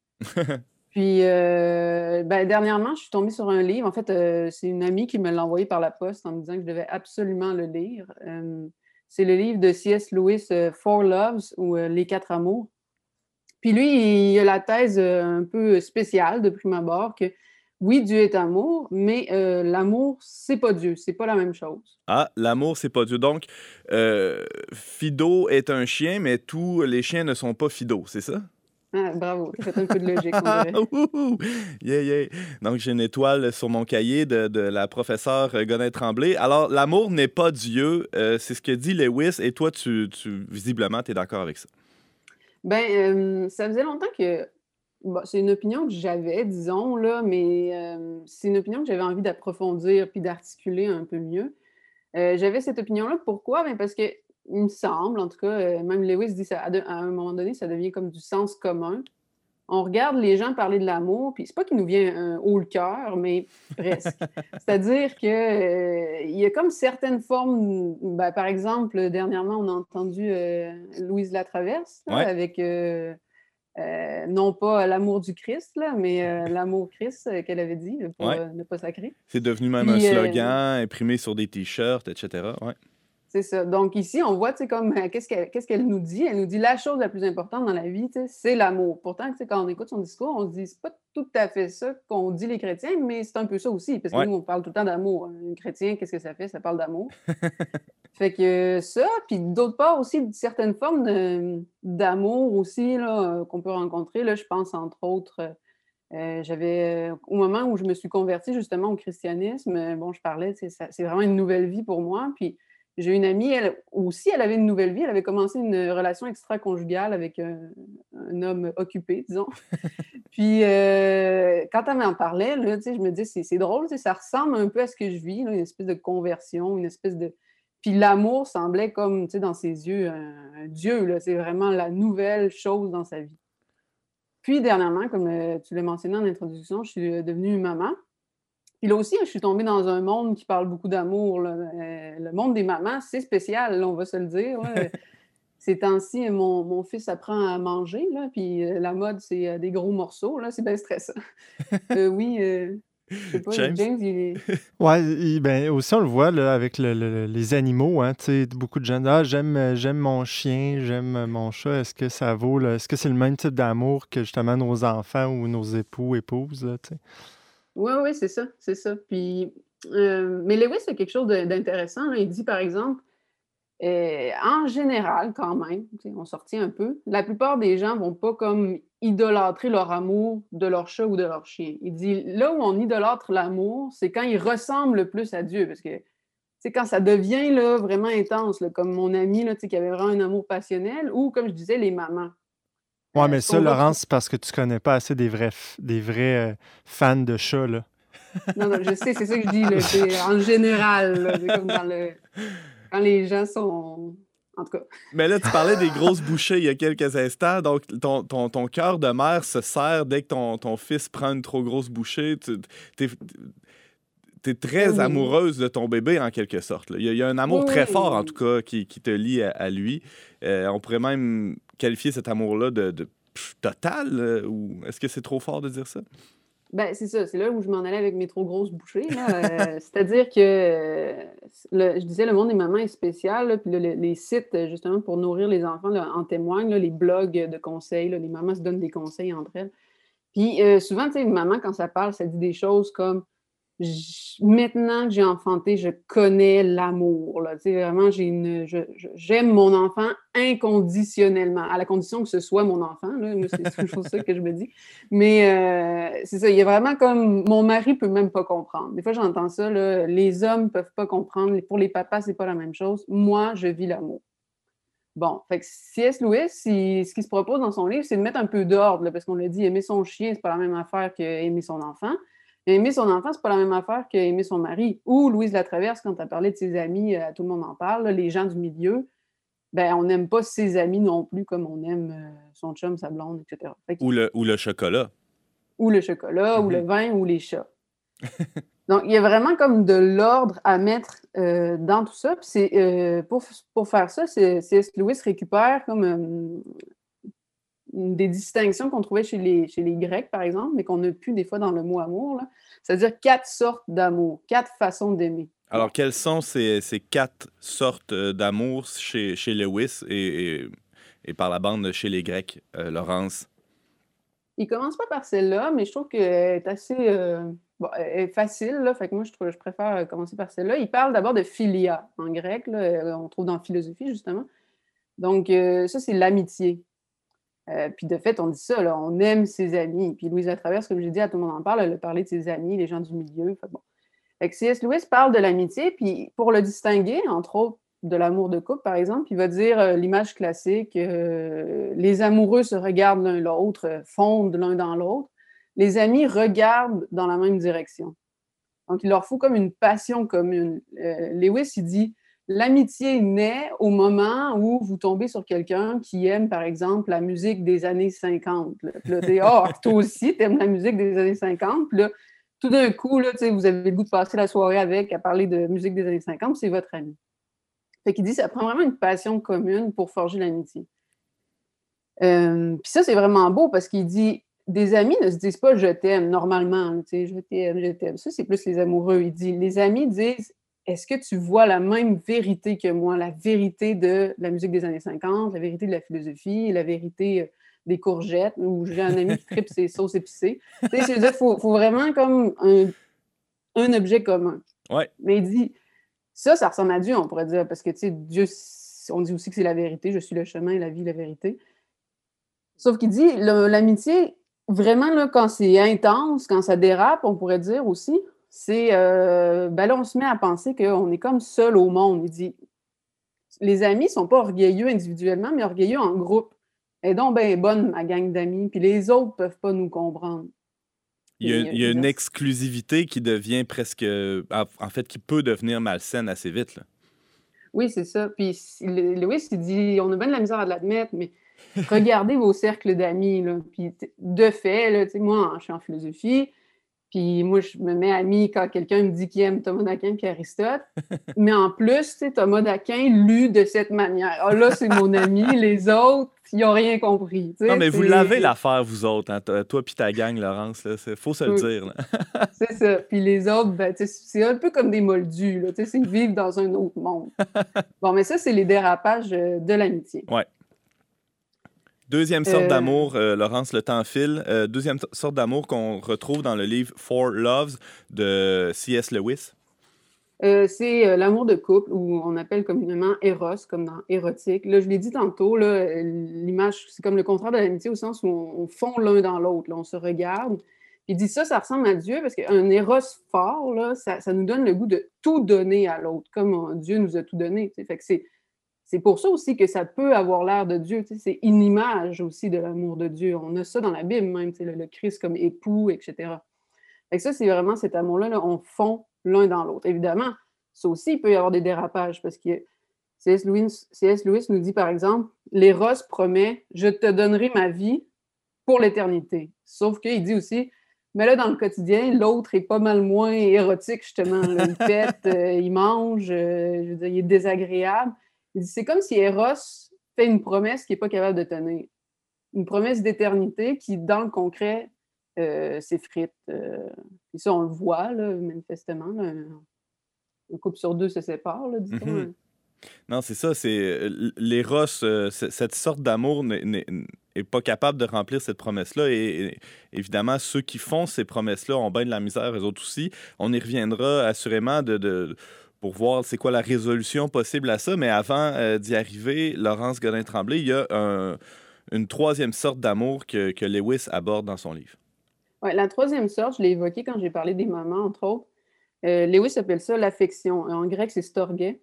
Puis, euh, ben, dernièrement, je suis tombée sur un livre. En fait, euh, c'est une amie qui me l'a envoyé par la poste en me disant que je devais absolument le lire. Euh, c'est le livre de C S. Lewis, euh, Four Loves, ou euh, Les Quatre Amours. Puis lui, il a la thèse euh, un peu spéciale de prime abord que oui, Dieu est amour, mais euh, l'amour, c'est pas Dieu, c'est pas la même chose. Ah, l'amour, c'est pas Dieu. Donc, euh, Fido est un chien, mais tous les chiens ne sont pas Fido, c'est ça? Ah, bravo, t'as fait un peu de logique, on dirait. Ouhou! Yeah, yeah. Donc, j'ai une étoile sur mon cahier de, de la professeure Godin-Tremblay. Alors, l'amour n'est pas Dieu, euh, c'est ce que dit Lewis, et toi, tu, tu visiblement, tu es d'accord avec ça. Ben, euh, ça faisait longtemps que... Bon, c'est une opinion que j'avais, disons, là, mais euh, c'est une opinion que j'avais envie d'approfondir puis d'articuler un peu mieux. Euh, j'avais cette opinion-là. Pourquoi? Ben parce que, il me semble, en tout cas, euh, même Lewis dit ça, à, de, à un moment donné, ça devient comme du sens commun. On regarde les gens parler de l'amour, puis c'est pas qu'il nous vient euh, haut le cœur, mais presque. C'est-à-dire qu'il euh, y a comme certaines formes, ben, par exemple, dernièrement, on a entendu euh, Louise Latraverse, là, Ouais. avec, euh, euh, non pas l'amour du Christ, là, mais euh, l'amour Christ euh, qu'elle avait dit, là, pour Ouais. euh, ne pas sacrer. C'est devenu même Puis, un euh, slogan imprimé sur des t-shirts, et cetera. Ouais. C'est ça. Donc ici, on voit, tu sais, comme, euh, qu'est-ce qu'elle, qu'est-ce qu'elle nous dit? Elle nous dit la chose la plus importante dans la vie, tu sais, c'est l'amour. Pourtant, tu sais, quand on écoute son discours, on se dit, c'est pas tout à fait ça qu'on dit les chrétiens, mais c'est un peu ça aussi, parce que Ouais. nous, on parle tout le temps d'amour. Un chrétien, qu'est-ce que ça fait? Ça parle d'amour. Fait que ça, puis d'autre part aussi, certaines formes de- d'amour aussi, là, euh, qu'on peut rencontrer. Là, je pense, entre autres, euh, j'avais, euh, au moment où je me suis convertie justement au christianisme, euh, bon, je parlais, tu sais, ça- c'est vraiment une nouvelle vie pour moi, puis j'ai une amie, elle aussi, elle avait une nouvelle vie. Elle avait commencé une relation extra-conjugale avec un, un homme occupé, disons. Puis, euh, quand elle m'en parlait, là, tu sais, je me disais, c'est, c'est drôle, tu sais, ça ressemble un peu à ce que je vis, là, une espèce de conversion, une espèce de... Puis l'amour semblait comme, tu sais, dans ses yeux, un, un dieu, là. C'est vraiment la nouvelle chose dans sa vie. Puis, dernièrement, comme euh, tu l'as mentionné en introduction, je suis euh, devenue maman. Puis là aussi, je suis tombée dans un monde qui parle beaucoup d'amour, là. Euh, le monde des mamans, c'est spécial, là, on va se le dire, là. Ces temps-ci, mon, mon fils apprend à manger, là, puis euh, la mode, c'est euh, des gros morceaux, là, c'est bien stressant. Euh, oui, euh, je sais pas, James? James, il est... Ouais, et ben aussi on le voit là, avec le- le- les animaux, hein, tu sais, beaucoup de gens disent ah, j'aime, euh, j'aime mon chien, j'aime mon chat. Est-ce que ça vaut, là, est-ce que c'est le même type d'amour que justement nos enfants ou nos époux, épouses, là, tu sais? Oui, oui, c'est ça, c'est ça. Puis, euh, mais Lewis, c'est quelque chose de- d'intéressant, là. Il dit, par exemple, euh, en général, quand même, tu sais, on sortit un peu, la plupart des gens vont pas comme idolâtrer leur amour de leur chat ou de leur chien. Il dit, là où on idolâtre l'amour, c'est quand il ressemble le plus à Dieu, parce que, tu sais, quand ça devient là, vraiment intense, là, comme mon ami là, tu sais, qui avait vraiment un amour passionnel, ou comme je disais, les mamans. Ouais, Euh, mais ce ça, qu'on va Laurence, c'est parce que tu connais pas assez des vrais, f- des vrais euh, fans de chats, là. Non, non, je sais, c'est ça que je dis, là, c'est en général, là, c'est comme dans le... Quand les gens sont... En tout cas, Mais là, tu parlais des grosses bouchées il y a quelques instants. Donc, ton, ton, ton cœur de mère se serre dès que ton, ton fils prend une trop grosse bouchée. Tu es, très oui. amoureuse de ton bébé, en quelque sorte, là. Il y a, il y a un amour Oui, très oui. fort, en tout cas, qui, qui te lie à, à lui. Euh, on pourrait même qualifier cet amour-là de, de pff, total, euh, ou est-ce que c'est trop fort de dire ça? Ben, c'est ça, c'est là où je m'en allais avec mes trop grosses bouchées, là. Euh, c'est-à-dire que, euh, le- je disais, le monde des mamans est spécial, là, puis là, le- les sites, euh, justement, pour nourrir les enfants, là, en témoignent, là, les blogs de conseils, là, les mamans se donnent des conseils entre elles. Puis euh, souvent, tu sais, une maman, quand ça parle, ça dit des choses comme J- maintenant que j'ai enfanté, je connais l'amour. Là. Tu sais, vraiment, j'ai une, je- je- j'aime mon enfant inconditionnellement, à la condition que ce soit mon enfant. Là. Moi, c'est toujours ça que je me dis. Mais euh, c'est ça, il y a vraiment comme mon mari peut même pas comprendre. Des fois, j'entends ça, là, les hommes peuvent pas comprendre. Pour les papas, c'est pas la même chose. Moi, je vis l'amour. Bon, fait que C S. Lewis, il- ce qu'il se propose dans son livre, c'est de mettre un peu d'ordre, là, parce qu'on l'a dit, aimer son chien, c'est pas la même affaire qu'aimer son enfant. Et aimer son enfant, c'est pas la même affaire qu'aimer son mari. Ou Louise Latraverse, quand tu as parlé de ses amis, euh, tout le monde en parle, là, les gens du milieu, ben on n'aime pas ses amis non plus comme on aime euh, son chum, sa blonde, et cetera. Fait que- Ou le, ou le chocolat. ou le chocolat, ou le Mhm. vin, ou les chats. Donc, il y a vraiment comme de l'ordre à mettre euh, dans tout ça. Puis c'est, euh, pour, pour faire ça, c'est- C S. Lewis récupère comme euh, des distinctions qu'on trouvait chez les, chez les Grecs, par exemple, mais qu'on n'a plus des fois dans le mot amour. Là. C'est-à-dire quatre sortes d'amour, quatre façons d'aimer. Alors, Bon. quelles sont ces, ces quatre sortes euh, d'amour chez, chez Lewis et, et, et par la bande chez les Grecs, euh, Laurence? Il commence pas par celle-là, mais je trouve qu'elle est assez euh, bon, elle est facile. Là, fait que moi, je, trouve, je préfère commencer par celle-là. Il parle d'abord de philia en grec. Là, on trouve dans la philosophie, justement. Donc, euh, ça, c'est l'amitié. Euh, puis de fait, on dit ça, là, on aime ses amis. Puis Louise Latraverse, comme j'ai dit, à tout le monde en parle, elle a parlé de ses amis, les gens du milieu. Fait que bon. Fait que C S. Lewis parle de l'amitié, puis pour le distinguer, entre autres, de l'amour de couple, par exemple, il va dire euh, l'image classique, euh, les amoureux se regardent l'un l'autre, euh, fondent l'un dans l'autre. Les amis regardent dans la même direction. Donc, il leur faut comme une passion commune. Euh, Lewis, il dit, l'amitié naît au moment où vous tombez sur quelqu'un qui aime, par exemple, la musique des années cinquante. Là. Puis là, tu sais, oh, toi aussi, tu aimes la musique des années cinquante. Puis là, tout d'un coup, là, vous avez le goût de passer la soirée avec à parler de musique des années cinquante, c'est votre ami. Fait qu'il dit, ça prend vraiment une passion commune pour forger l'amitié. Euh, Puis ça, c'est vraiment beau parce qu'il dit, des amis ne se disent pas je t'aime normalement, tu sais, je t'aime, je t'aime. Ça, c'est plus les amoureux. Il dit, les amis disent, est-ce que tu vois la même vérité que moi, la vérité de la musique des années cinquante, la vérité de la philosophie, la vérité euh, des courgettes, ou j'ai un ami qui tripe ses sauces épicées. Tu sais, il faut, faut vraiment comme un, un objet commun. Ouais. Mais il dit, ça, ça ressemble à Dieu, on pourrait dire, parce que, tu sais, Dieu, on dit aussi que c'est la vérité, je suis le chemin, la vie, la vérité. Sauf qu'il dit, le- l'amitié, vraiment, là, quand c'est intense, quand ça dérape, on pourrait dire aussi, c'est, euh, ben là, on se met à penser qu'on est comme seul au monde. Il dit, les amis sont pas orgueilleux individuellement, mais orgueilleux en groupe. Et donc, ben, bonne, ma gang d'amis, puis les autres peuvent pas nous comprendre. Il y a, Et, il y a je veux une dire, exclusivité qui devient presque... En en fait, qui peut devenir malsaine assez vite, là. oui, c'est ça. Puis si- le- Lewis, il dit, on a bien de la misère à l'admettre, mais regardez vos cercles d'amis, là. Puis t- de fait, là, tu sais, moi, je suis en philosophie, puis moi, je me mets amie quand quelqu'un me dit qu'il aime Thomas d'Aquin puis Aristote. Mais en plus, tu sais, Thomas d'Aquin lu de cette manière. Ah là, c'est mon ami, les autres, ils n'ont rien compris. Tu Non, sais, mais vous c'est- l'avez l'affaire, vous autres, hein, t- toi puis ta gang, Laurence. Il faut se le Oui. dire, là. C'est ça. Puis les autres, ben, tu sais, c'est un peu comme des moldus, là. Tu sais, ils vivent dans un autre monde. Bon, mais ça, c'est les dérapages euh, de l'amitié. Ouais. Deuxième sorte Euh, d'amour, euh, Laurence, le temps file. Euh, deuxième t- sorte d'amour qu'on retrouve dans le livre Four Loves de C S. Lewis. Euh, c'est euh, l'amour de couple, ou on appelle communément Eros, comme dans érotique. Là, je l'ai dit tantôt, là, euh, l'image, c'est comme le contraire de l'amitié au sens où on, on fond l'un dans l'autre, là, on se regarde. Puis il dit ça, ça ressemble à Dieu, parce qu'un Eros fort, là, ça, ça nous donne le goût de tout donner à l'autre, comme euh, Dieu nous a tout donné. Tu sais. Fait que c'est, c'est pour ça aussi que ça peut avoir l'air de Dieu. Tu sais. C'est une image aussi de l'amour de Dieu. On a ça dans la Bible même, tu sais, le, le Christ comme époux, et cetera. Fait que ça, c'est vraiment cet amour-là, là, on fond l'un dans l'autre. Évidemment, ça aussi, il peut y avoir des dérapages parce que C S. Lewis, C S. Lewis nous dit, par exemple, l'Éros promet « Je te donnerai ma vie pour l'éternité ». Sauf qu'il dit aussi, mais là, dans le quotidien, l'autre est pas mal moins érotique, justement. Là. Il pète, euh, il mange, euh, je veux dire, il est désagréable. Il dit, c'est comme si Eros fait une promesse qu'il n'est pas capable de tenir. Une promesse d'éternité qui, dans le concret, euh, s'effrite. Euh, et ça, on le voit, là, manifestement. Là, un, un couple sur deux se sépare, là, dit-on. Mm-hmm. Hein. Non, c'est ça. C'est l'éros, euh, cette sorte d'amour n'est pas capable de remplir cette promesse-là. Et, et évidemment, ceux qui font ces promesses-là ont bien de la misère, eux autres aussi. On y reviendra assurément de, de, pour voir c'est quoi la résolution possible à ça. Mais avant euh, d'y arriver, Laurence Godin-Tremblay, il y a un, une troisième sorte d'amour que, que Lewis aborde dans son livre. Oui, la troisième sorte, je l'ai évoquée quand j'ai parlé des mamans, entre autres. Euh, Lewis appelle ça l'affection. En grec, c'est storgé.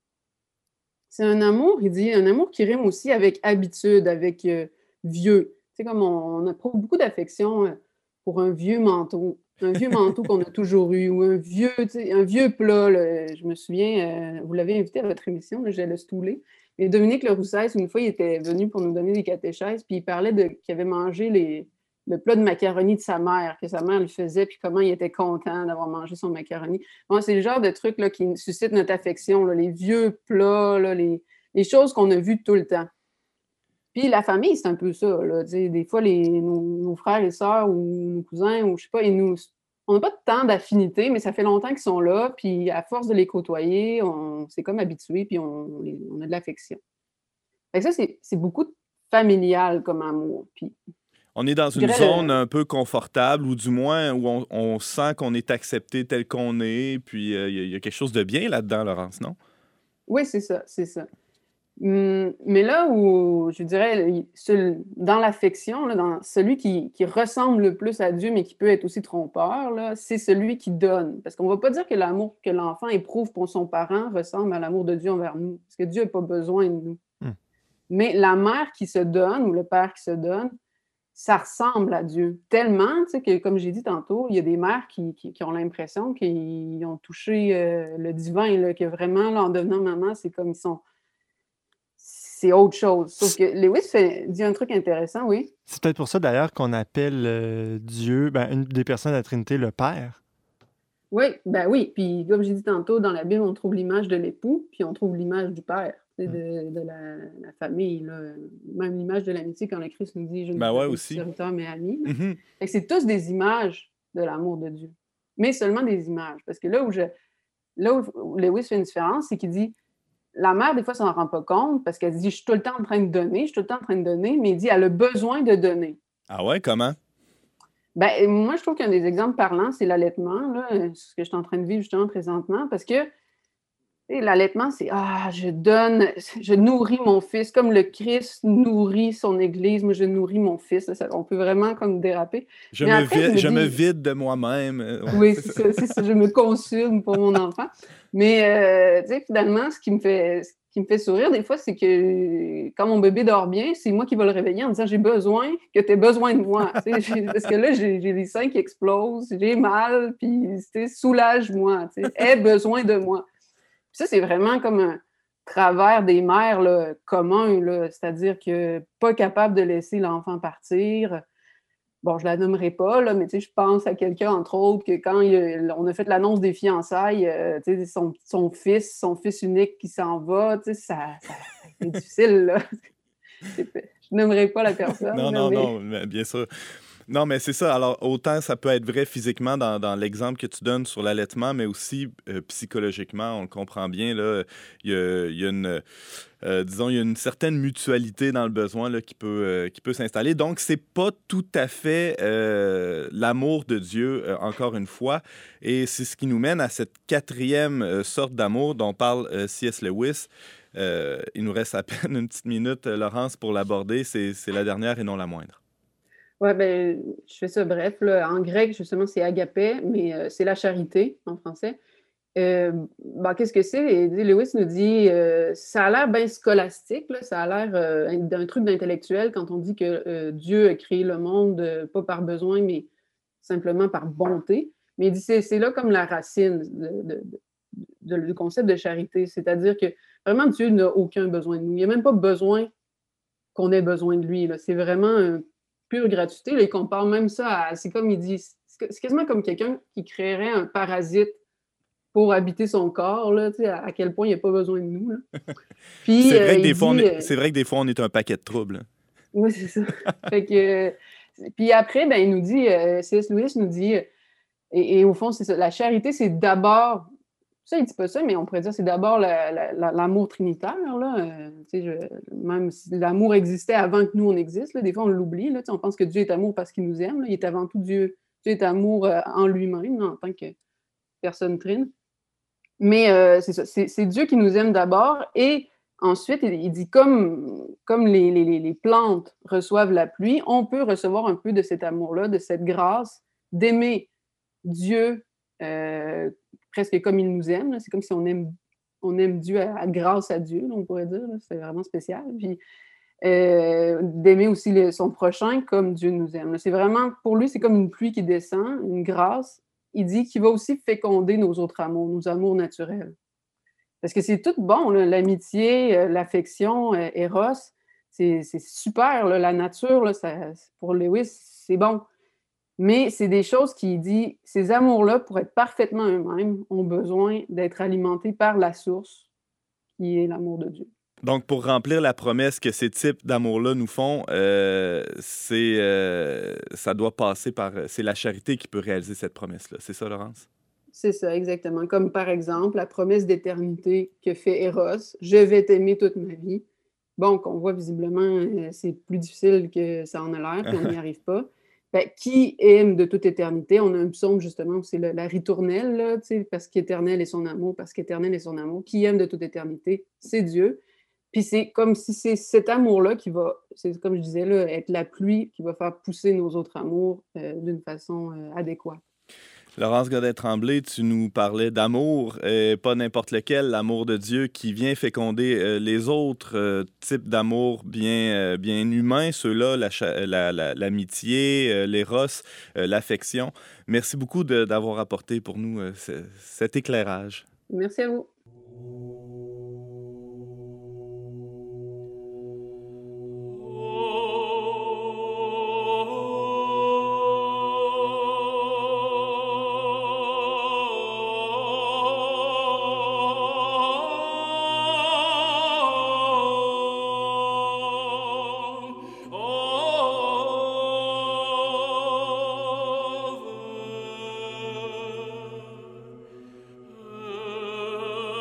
C'est un amour, il dit, un amour qui rime aussi avec habitude, avec euh, vieux. Tu sais, comme on, on a beaucoup d'affection pour un vieux manteau, un vieux manteau qu'on a toujours eu, ou un vieux, tu sais, un vieux plat. Là. Je me souviens, euh, vous l'avez invité à votre émission, là, j'allais stouler. Et Dominique Leroussès, une fois, il était venu pour nous donner des catéchèses, puis il parlait de qu'il avait mangé les, le plat de macaroni de sa mère, que sa mère lui faisait, puis comment il était content d'avoir mangé son macaroni. Bon, c'est le genre de truc là, qui suscite notre affection, là, les vieux plats, là, les, les choses qu'on a vues tout le temps. Puis la famille, c'est un peu ça. Là, des fois, les, nos, nos frères et sœurs ou nos cousins, ou je sais pas, ils nous, on n'a pas tant d'affinité, mais ça fait longtemps qu'ils sont là, puis à force de les côtoyer, on s'est comme habitué, puis on, on a de l'affection. Fait que ça, c'est beaucoup familial comme amour. Puis on est dans une zone un peu confortable, ou du moins où on, on sent qu'on est accepté tel qu'on est, puis il euh, y, y a quelque chose de bien là-dedans, Laurence, non? Oui, c'est ça, c'est ça. Hum, mais là où, je dirais, dans l'affection, dans celui qui, qui ressemble le plus à Dieu, mais qui peut être aussi trompeur, c'est celui qui donne. Parce qu'on ne va pas dire que l'amour que l'enfant éprouve pour son parent ressemble à l'amour de Dieu envers nous, parce que Dieu n'a pas besoin de nous. Hum. Mais la mère qui se donne, ou le père qui se donne, ça ressemble à Dieu. Tellement, tu sais, que comme j'ai dit tantôt, il y a des mères qui, qui, qui ont l'impression qu'ils ont touché euh, le divin, là, que vraiment, là, en devenant maman, c'est comme ils sont... C'est autre chose. Sauf que Lewis fait, dit un truc intéressant, oui. C'est peut-être pour ça, d'ailleurs, qu'on appelle euh, Dieu, ben, une des personnes de la Trinité, le Père. Oui, ben oui. Puis, comme j'ai dit tantôt, dans la Bible, on trouve l'image de l'époux, puis on trouve l'image du Père. De, de la, la famille, là. Même l'image de l'amitié quand le Christ nous dit « Je ne ben suis ouais, pas aussi. serviteur, mais ami. Mm-hmm. » Fait que c'est tous des images de l'amour de Dieu. Mais seulement des images. Parce que là où, je, là où Lewis fait une différence, c'est qu'il dit la mère, des fois, ça n'en rend pas compte parce qu'elle dit « Je suis tout le temps en train de donner, je suis tout le temps en train de donner. » Mais il dit « Elle a besoin de donner. » Ah ouais, comment? Ben, moi, je trouve qu'un des exemples parlants, c'est l'allaitement, là, ce que je suis en train de vivre justement présentement, parce que l'allaitement, c'est « Ah, je donne, je nourris mon fils, comme le Christ nourrit son Église, moi, je nourris mon fils. » On peut vraiment comme déraper. Je, me, après, vide, je, me, je dis, me vide de moi-même. Oui, c'est ça, c'est ça, je me consume pour mon enfant. Mais, euh, tu sais, finalement, ce qui me fait... Ce qui me fait sourire, des fois, c'est que quand mon bébé dort bien, c'est moi qui vais le réveiller en disant « J'ai besoin que tu aies besoin de moi. » Parce que là, j'ai les seins qui explosent, j'ai mal, puis soulage-moi, aie besoin de moi. Puis ça, c'est vraiment comme un travers des mères là, commun, c'est-à-dire que pas capable de laisser l'enfant partir. Bon, je la nommerai pas, là, mais je pense à quelqu'un, entre autres, que quand il a, on a fait l'annonce des fiançailles, euh, son, son fils, son fils unique qui s'en va, ça, ça, c'est difficile. Là. Je nommerai pas la personne. Non, là, non, mais... non, mais bien sûr. Non, mais c'est ça. Alors, autant ça peut être vrai physiquement dans, dans l'exemple que tu donnes sur l'allaitement, mais aussi euh, psychologiquement, on le comprend bien. Là, il y a, il y a une, euh, disons, il y a une certaine mutualité dans le besoin là, qui peut, euh, qui peut s'installer. Donc, c'est pas tout à fait euh, l'amour de Dieu, euh, encore une fois. Et c'est ce qui nous mène à cette quatrième euh, sorte d'amour dont parle euh, C S Lewis. Euh, il nous reste à peine une petite minute, Laurence, pour l'aborder. C'est, c'est la dernière et non la moindre. Oui, ben, je fais ça bref. Là. En grec, justement, c'est agapé, mais euh, c'est la charité en français. Euh, ben, qu'est-ce que c'est? Lewis nous dit euh, ça a l'air bien scolastique, là, ça a l'air euh, d'un truc d'intellectuel quand on dit que euh, Dieu a créé le monde, euh, pas par besoin, mais simplement par bonté. Mais il dit c'est, c'est là comme la racine de, de, de, de, du concept de charité. C'est-à-dire que vraiment, Dieu n'a aucun besoin de nous. Il n'y a même pas besoin qu'on ait besoin de lui. Là. C'est vraiment un pure gratuité. Là, il compare même ça à... C'est comme il dit... C'est quasiment comme quelqu'un qui créerait un parasite pour habiter son corps, là, à, à quel point il n'y a pas besoin de nous. Là. Puis, c'est, vrai euh, que des dit, fois, on est, euh... c'est vrai que des fois, on est un paquet de troubles. Oui, c'est ça. Fait que Puis après, ben, il nous dit, euh, C S. Lewis nous dit, et, et au fond, c'est ça, la charité, c'est d'abord, ça, il dit pas ça, mais on pourrait dire c'est d'abord la, la, la, l'amour trinitaire, là. Euh, tu sais, je, même si l'amour existait avant que nous, on existe, là, des fois, on l'oublie, là, tu sais, on pense que Dieu est amour parce qu'il nous aime, là. Il est avant tout Dieu. Dieu est amour euh, en lui-même, là, en tant que personne trine. Mais euh, c'est ça, c'est, c'est Dieu qui nous aime d'abord, et ensuite, il, il dit, comme, comme les, les, les plantes reçoivent la pluie, on peut recevoir un peu de cet amour-là, de cette grâce, d'aimer Dieu euh, presque comme il nous aime. Là. C'est comme si on aime, on aime Dieu à, à grâce à Dieu, là, on pourrait dire. Là. C'est vraiment spécial. Puis euh, d'aimer aussi le, son prochain comme Dieu nous aime. Là. C'est vraiment, pour lui, c'est comme une pluie qui descend, une grâce. Il dit qu'il va aussi féconder nos autres amours, nos amours naturels. Parce que c'est tout bon, là, l'amitié, euh, l'affection, euh, Eros, c'est, c'est super. Là, la nature, là, ça, pour Lewis, c'est bon. Mais c'est des choses qui dit, ces amours-là, pour être parfaitement eux-mêmes, ont besoin d'être alimentés par la source, qui est l'amour de Dieu. Donc, pour remplir la promesse que ces types d'amour-là nous font, euh, c'est, euh, ça doit passer par... C'est la charité qui peut réaliser cette promesse-là. C'est ça, Laurence? C'est ça, exactement. Comme par exemple, la promesse d'éternité que fait Eros, « Je vais t'aimer toute ma vie ». Bon, qu'on voit visiblement, euh, c'est plus difficile que ça en a l'air, puis on n'y arrive pas. Ben, qui aime de toute éternité? On a un psaume, justement, où c'est le, la ritournelle, là, parce qu'éternel est son amour, parce qu'éternel est son amour. Qui aime de toute éternité? C'est Dieu. Puis c'est comme si c'est cet amour-là qui va, c'est comme je disais, là, être la pluie qui va faire pousser nos autres amours euh, d'une façon euh, adéquate. Laurence Godin-Tremblay, tu nous parlais d'amour, euh, pas n'importe lequel, l'amour de Dieu qui vient féconder euh, les autres euh, types d'amour bien, euh, bien humains, ceux-là, la, la, la, l'amitié, euh, l'éros, euh, l'affection. Merci beaucoup de, d'avoir apporté pour nous euh, c- cet éclairage. Merci à vous. Oh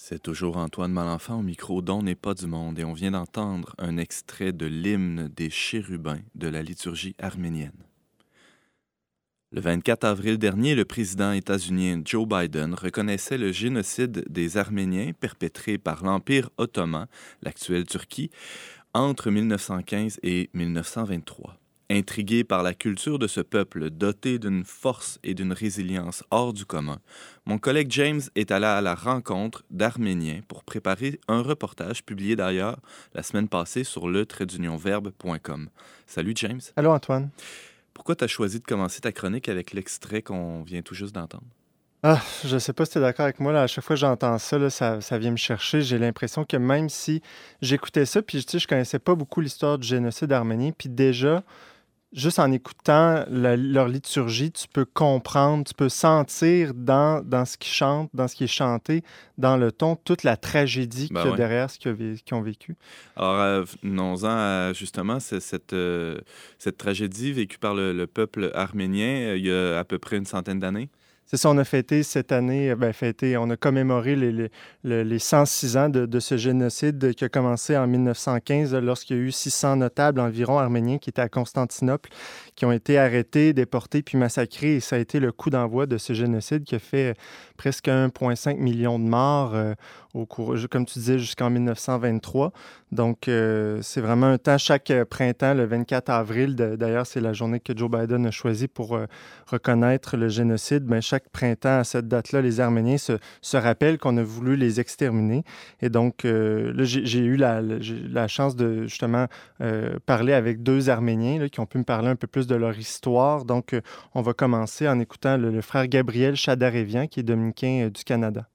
C'est toujours Antoine Malenfant au micro d'On n'est pas du monde et on vient d'entendre un extrait de l'hymne des chérubins de la liturgie arménienne. Le vingt-quatre avril dernier, le président états-unien Joe Biden reconnaissait le génocide des Arméniens perpétré par l'Empire ottoman, l'actuelle Turquie, entre mille neuf cent quinze et mille neuf cent vingt-trois. Intrigué par la culture de ce peuple doté d'une force et d'une résilience hors du commun, mon collègue James est allé à la rencontre d'Arméniens pour préparer un reportage publié d'ailleurs la semaine passée sur le trait d'union verbe point com. Salut James. Allô Antoine. Pourquoi tu as choisi de commencer ta chronique avec l'extrait qu'on vient tout juste d'entendre? Ah, je ne sais pas si tu es d'accord avec moi. Là, à chaque fois que j'entends ça, là, ça, ça vient me chercher. J'ai l'impression que même si j'écoutais ça, puis tu sais, je connaissais pas beaucoup l'histoire du génocide arménien, puis déjà, juste en écoutant la- leur liturgie, tu peux comprendre, tu peux sentir dans, dans ce qu'ils chantent, dans ce qui est chanté, dans le ton, toute la tragédie Ben qu'il y a ouais. derrière ce qu'ils ont vé- qu'ils ont vécu. Alors, euh, venons-en à justement c'est- cette, euh, cette tragédie vécue par le, le peuple arménien euh, il y a à peu près une centaine d'années. C'est ça, on a fêté cette année, euh, ben fêté, on a commémoré les, les, le- les cent six ans de, de ce génocide qui a commencé en mille neuf cent quinze, euh, lorsqu'il y a eu six cents notables environ arméniens qui étaient à Constantinople, qui ont été arrêtés, déportés puis massacrés. Et ça a été le coup d'envoi de ce génocide qui a fait euh, presque un virgule cinq million de morts euh, au cours, comme tu disais, jusqu'en mille neuf cent vingt-trois. Donc, euh, c'est vraiment un temps, chaque euh, printemps, le vingt-quatre avril, de- d'ailleurs, c'est la journée que Joe Biden a choisie pour euh, reconnaître le génocide. Ben, chaque printemps, à cette date-là, les Arméniens se, se rappellent qu'on a voulu les exterminer. Et donc, euh, là, j'ai j'ai eu la, la- j'ai eu la chance de, justement, euh, parler avec deux Arméniens là, qui ont pu me parler un peu plus de leur histoire. Donc, euh, on va commencer en écoutant le, le frère Gabriel Chadarevian, qui est dominicain euh, du Canada.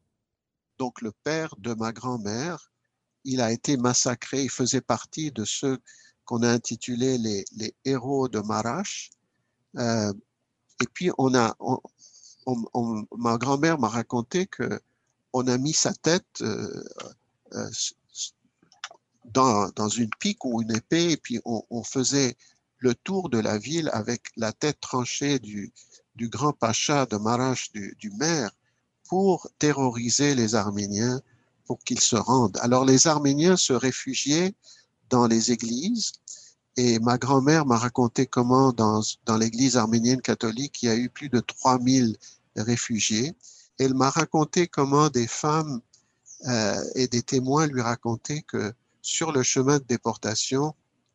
Donc le père de ma grand-mère, il a été massacré, il faisait partie de ceux qu'on a intitulés les, les héros de Marash. Euh, et puis on a, on- on- on- ma grand-mère m'a raconté que on a mis sa tête euh, euh, s- s- dans, dans une pique ou une épée, et puis on, on faisait le tour de la ville avec la tête tranchée du, du grand pacha de Marash, du, du maire, pour terroriser les Arméniens, pour qu'ils se rendent. Alors les Arméniens se réfugiaient dans les églises, et ma grand-mère m'a raconté comment dans, dans l'église arménienne catholique, il y a eu plus de trois mille réfugiés. Elle m'a raconté comment des femmes euh, et des témoins lui racontaient que sur le chemin de déportation,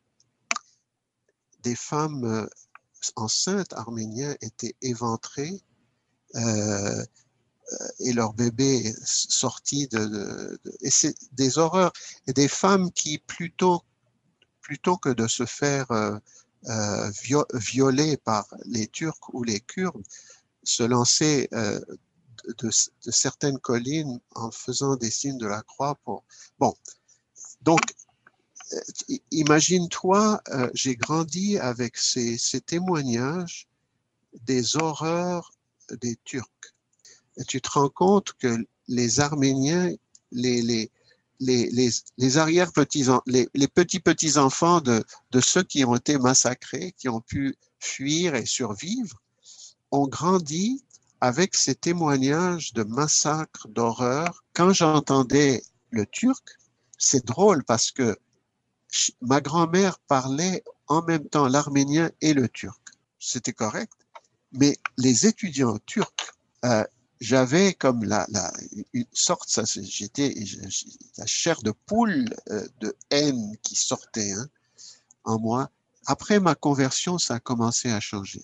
des femmes euh, enceintes arméniennes étaient éventrées euh, et leur bébé sorti de, de, de- et c'est des horreurs, et des femmes qui plutôt plutôt que de se faire euh, euh, vio- violer par les Turcs ou les Kurdes, se lançaient euh, de, de, de certaines collines en faisant des signes de la croix pour bon. Donc euh, i- imagine-toi, euh, j'ai grandi avec ces, ces témoignages des horreurs des Turcs. Et tu te rends compte que les Arméniens, les, les, les, les, les arrière-petits, les, les petits-petits-enfants de, de ceux qui ont été massacrés, qui ont pu fuir et survivre, ont grandi avec ces témoignages de massacres, d'horreur. Quand j'entendais le turc, c'est drôle parce que ch- ma grand-mère parlait en même temps l'arménien et le turc. C'était correct. Mais les étudiants turcs, euh, j'avais comme la, la, une sorte, ça, c'est- j'étais j'ai- j'ai- la chair de poule euh, de haine qui sortait hein, en moi. Après ma conversion, ça a commencé à changer.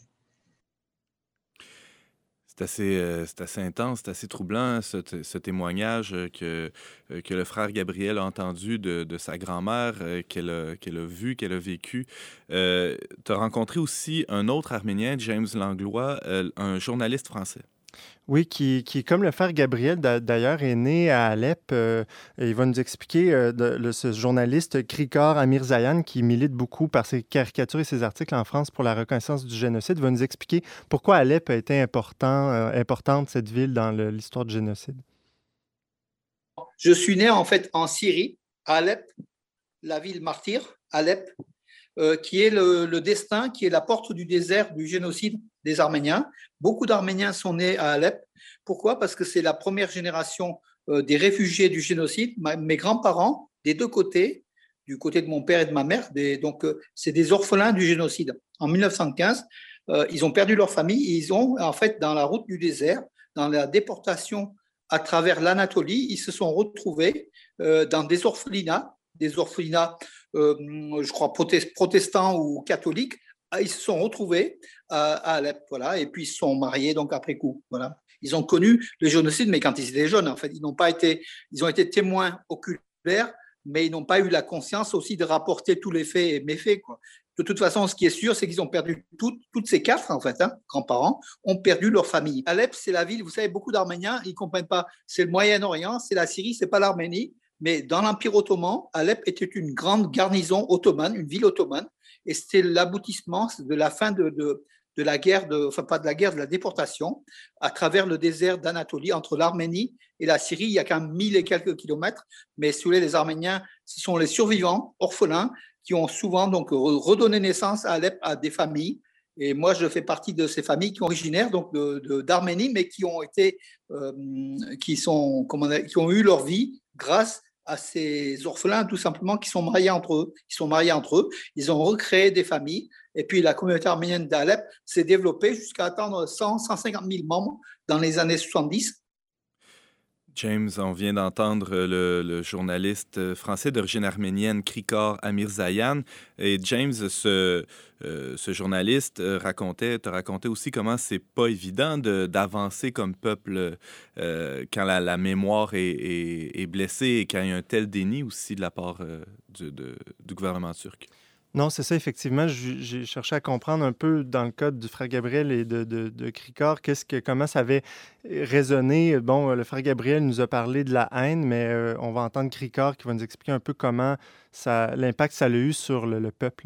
C'est assez, euh, c'est assez intense, c'est assez troublant, ce, t- ce témoignage euh, que, euh, que le frère Gabriel a entendu de, de sa grand-mère, euh, qu'elle a, qu'elle a vu, qu'elle a vécu. Euh, tu as rencontré aussi un autre Arménien, James Langlois, euh, un journaliste français. Oui, qui, qui, comme le frère Gabriel, d'a- d'ailleurs, est né à Alep. Euh, et il va nous expliquer, euh, de, le- ce journaliste Krikor Amirzayan, qui milite beaucoup par ses caricatures et ses articles en France pour la reconnaissance du génocide, va nous expliquer pourquoi Alep a été important, euh, importante, cette ville, dans le- l'histoire du génocide. Je suis né en fait en Syrie, à Alep, la ville martyre, Alep, euh, qui est le, le destin, qui est la porte du désert du génocide des Arméniens. Beaucoup d'Arméniens sont nés à Alep. Pourquoi? Parce que c'est la première génération euh, des réfugiés du génocide. Ma, mes grands-parents, des deux côtés, du côté de mon père et de ma mère, des, donc euh, c'est des orphelins du génocide. En mille neuf cent quinze, euh, ils ont perdu leur famille et ils ont, en fait, dans la route du désert, dans la déportation à travers l'Anatolie, ils se sont retrouvés euh, dans des orphelinats, des orphelinats, euh, je crois, protestants ou catholiques. Ils se sont retrouvés à, à Alep, voilà, et puis ils se sont mariés donc après coup, voilà. Ils ont connu le génocide, mais quand ils étaient jeunes, en fait, ils n'ont pas été, ils ont été témoins oculaires, mais ils n'ont pas eu la conscience aussi de rapporter tous les faits et méfaits, quoi. De toute façon, ce qui est sûr, c'est qu'ils ont perdu tout, toutes ces quatre, en fait, hein, grands-parents, ont perdu leur famille. Alep, c'est la ville, vous savez, beaucoup d'Arméniens, ils ne comprennent pas, c'est le Moyen-Orient, c'est la Syrie, ce n'est pas l'Arménie, mais dans l'Empire ottoman, Alep était une grande garnison ottomane, une ville ottomane, et c'était l'aboutissement de la fin de, de, de la guerre, de, enfin pas de la guerre, de la déportation, à travers le désert d'Anatolie, entre l'Arménie et la Syrie. Il y a quand même mille et quelques kilomètres, mais si vous voulez, les Arméniens, ce sont les survivants, orphelins, qui ont souvent donc redonné naissance à Alep à des familles. Et moi, je fais partie de ces familles qui sont originaires donc de, de, d'Arménie, mais qui ont été, euh, qui sont, comment on, qui ont eu leur vie grâce à ces orphelins, tout simplement, qui sont mariés entre eux. Ils sont mariés entre eux. Ils ont recréé des familles. Et puis, la communauté arménienne d'Alep s'est développée jusqu'à atteindre cent, cent cinquante mille membres dans les années soixante-dix. James, on vient d'entendre le, le journaliste français d'origine arménienne Krikor Amirzayan. Et James, ce, euh, ce journaliste racontait, te racontait aussi comment c'est pas évident de, d'avancer comme peuple euh, quand la, la mémoire est, est, est blessée et quand il y a un tel déni aussi de la part euh, du, de, du gouvernement turc. Non, c'est ça, effectivement. J'ai cherché à comprendre un peu dans le cas du frère Gabriel et de, de, de Krikor, qu'est-ce que, comment ça avait résonné. Bon, le frère Gabriel nous a parlé de la haine, mais euh, on va entendre Krikor qui va nous expliquer un peu comment ça, l'impact que ça a eu sur le, le peuple.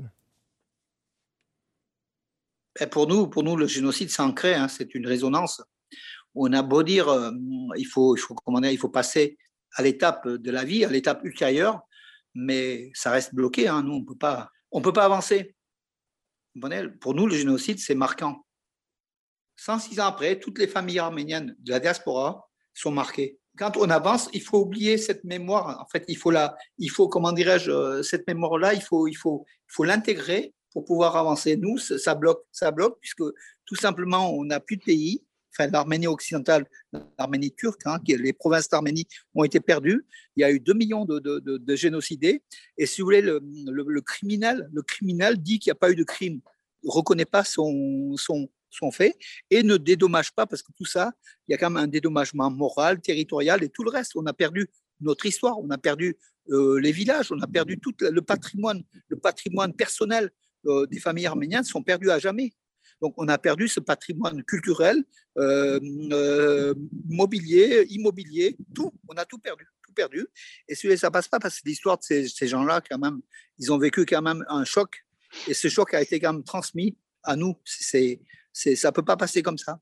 Et pour nous, pour nous, le génocide, c'est ancré, hein, c'est une résonance. On a beau dire, euh, il, faut, il, faut, comment dire, il faut passer à l'étape de la vie, à l'étape ultérieure, mais ça reste bloqué. Hein, nous, on ne peut pas... On ne peut pas avancer. Pour nous, le génocide, c'est marquant. cent six ans après, toutes les familles arméniennes de la diaspora sont marquées. Quand on avance, il faut oublier cette mémoire. En fait, il faut, la, il faut comment dirais-je, cette mémoire-là, il faut, il faut, il faut l'intégrer pour pouvoir avancer. Nous, ça bloque, ça bloque puisque tout simplement, on n'a plus de pays. Enfin, l'Arménie occidentale, l'Arménie turque, hein, les provinces d'Arménie ont été perdues. Il y a eu deux millions de, de, de, de génocidés. Et si vous voulez, le, le, le, criminel, le criminel dit qu'il n'y a pas eu de crime, ne reconnaît pas son, son, son fait et ne dédommage pas, parce que tout ça, il y a quand même un dédommagement moral, territorial et tout le reste. On a perdu notre histoire, on a perdu euh, les villages, on a perdu tout le patrimoine, le patrimoine personnel euh, des familles arméniennes sont perdus à jamais. Donc, on a perdu ce patrimoine culturel, euh, euh, mobilier, immobilier, tout. On a tout perdu, tout perdu. Et ça ne passe pas parce que l'histoire de ces, ces gens-là, quand même, ils ont vécu quand même un choc. Et ce choc a été quand même transmis à nous. C'est, c'est, ça ne peut pas passer comme ça.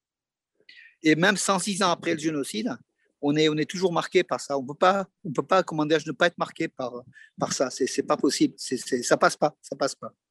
Et même cent six ans après le génocide, on est, on est toujours marqué par ça. On ne peut pas, on peut pas, comment dire, ne pas être marqué par, par ça. Ce n'est pas possible. C'est, c'est, ça ne passe pas. Ça passe pas.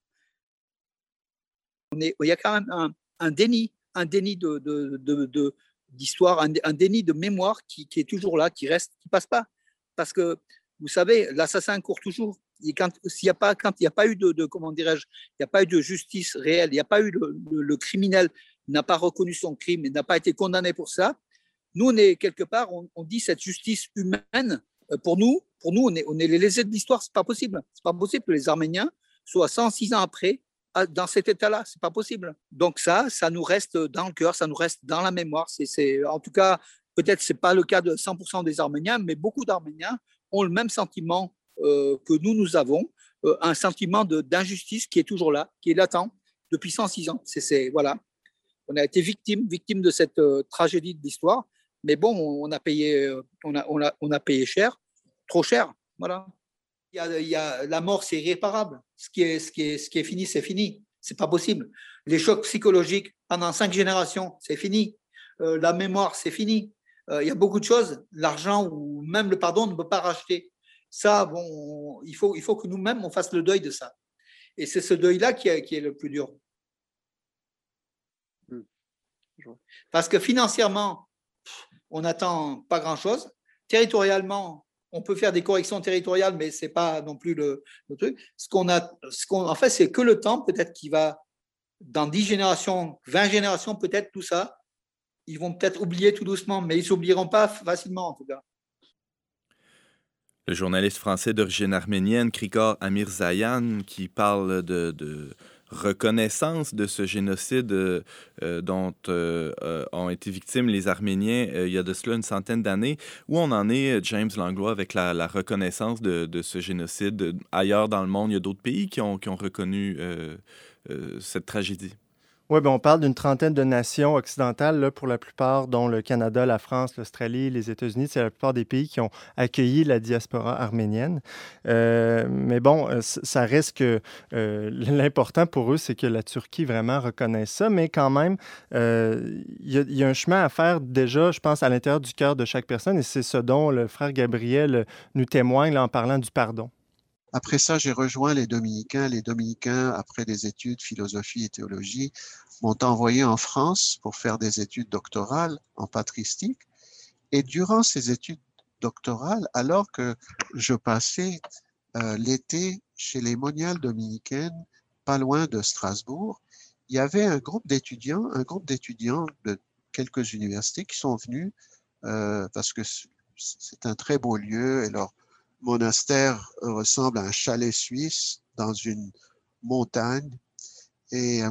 On est, il y a quand même un, un déni, un déni de, de, de, de, d'histoire, un, un déni de mémoire qui, qui est toujours là, qui reste, qui ne passe pas. Parce que, vous savez, l'assassin court toujours. Et quand il n'y a pas, quand il n'y a pas eu de, de comment dirais-je, il n'y a pas eu de justice réelle, il n'y a pas eu le, le, le criminel n'a pas reconnu son crime et n'a pas été condamné pour ça. Nous, on est quelque part, on, on dit cette justice humaine. Pour nous, pour nous, on est, on est les lésés de l'histoire. C'est pas possible. C'est pas possible que les Arméniens soient cent six ans après dans cet état-là, c'est pas possible. Donc ça, ça nous reste dans le cœur, ça nous reste dans la mémoire. C'est, c'est, en tout cas, peut-être c'est pas le cas de cent pour cent des Arméniens, mais beaucoup d'Arméniens ont le même sentiment euh, que nous, nous avons, euh, un sentiment de, d'injustice qui est toujours là, qui est latent depuis cent six ans. C'est, c'est, voilà. On a été victime, victime de cette euh, tragédie de l'histoire, mais bon, on, on, a payé, euh, on, a, on, a, on a payé cher, trop cher, voilà. Il y a, il y a, la mort, c'est irréparable. Ce qui est, ce, qui est, ce qui est fini, c'est fini. C'est pas possible. Les chocs psychologiques pendant cinq générations, c'est fini. Euh, la mémoire, c'est fini. Euh, il y a beaucoup de choses. L'argent ou même le pardon ne peut pas racheter. Ça, bon, il faut, il faut que nous-mêmes, on fasse le deuil de ça. Et c'est ce deuil-là qui est, qui est le plus dur. Parce que financièrement, on n'attend pas grand-chose. territorialement, on peut faire des corrections territoriales, mais ce n'est pas non plus le, le truc. Ce qu'on a, ce qu'on, en fait, c'est que le temps, peut-être, qui va, dans dix générations, vingt générations, peut-être, tout ça, ils vont peut-être oublier tout doucement, mais ils ne s'oublieront pas facilement, en tout cas. Le journaliste français d'origine arménienne, Krikor Amirzayan, qui parle de, de reconnaissance de ce génocide euh, dont euh, euh, ont été victimes les Arméniens euh, il y a de cela une centaine d'années. Où on en est, James Langlois, avec la, la reconnaissance de, de ce génocide? Ailleurs dans le monde, il y a d'autres pays qui ont, qui ont reconnu euh, euh, cette tragédie. Oui, ben on parle d'une trentaine de nations occidentales, là, pour la plupart, dont le Canada, la France, l'Australie, les États-Unis. C'est la plupart des pays qui ont accueilli la diaspora arménienne. Euh, mais bon, ça reste que euh, l'important pour eux, c'est que la Turquie vraiment reconnaisse ça. Mais quand même, euh, il y a, y a un chemin à faire déjà, je pense, à l'intérieur du cœur de chaque personne. Et c'est ce dont le frère Gabriel nous témoigne là, en parlant du pardon. Après ça, j'ai rejoint les Dominicains. Les Dominicains, après des études philosophie et théologie, m'ont envoyé en France pour faire des études doctorales en patristique. Et durant ces études doctorales, alors que je passais euh, l'été chez les moniales dominicaines, pas loin de Strasbourg, il y avait un groupe d'étudiants, un groupe d'étudiants de quelques universités qui sont venus euh, parce que c'est un très beau lieu et leur monastère ressemble à un chalet suisse dans une montagne. Et,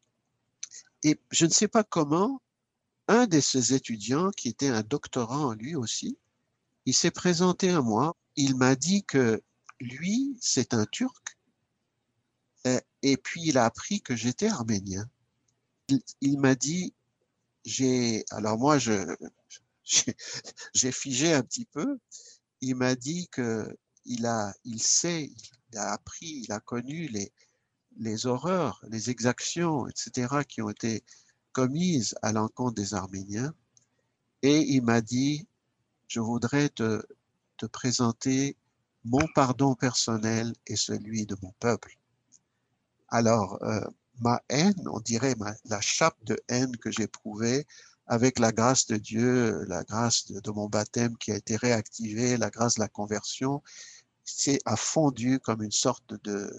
et je ne sais pas comment, un de ces étudiants, qui était un doctorant lui aussi, il s'est présenté à moi. Il m'a dit que lui, c'est un Turc. Et, et puis, il a appris que j'étais arménien. Il, il m'a dit, j'ai... Alors moi, je, j'ai, j'ai figé un petit peu. Il m'a dit qu'il a, il sait, il a appris, il a connu les, les horreurs, les exactions, et cetera qui ont été commises à l'encontre des Arméniens. Et il m'a dit, je voudrais te, te présenter mon pardon personnel et celui de mon peuple. Alors, euh, ma haine, on dirait ma, la chape de haine que j'éprouvais, avec la grâce de Dieu, la grâce de, de mon baptême qui a été réactivée, la grâce de la conversion, c'est a fondu comme une sorte de...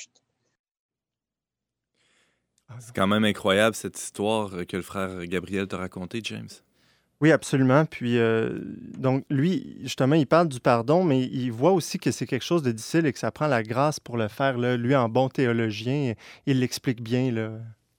C'est quand même incroyable cette histoire que le frère Gabriel t'a racontée, James. Oui, absolument. Puis, euh, donc, lui, justement, il parle du pardon, mais il voit aussi que c'est quelque chose de difficile et que ça prend la grâce pour le faire. Là. Lui, en bon théologien, il l'explique bien. Là.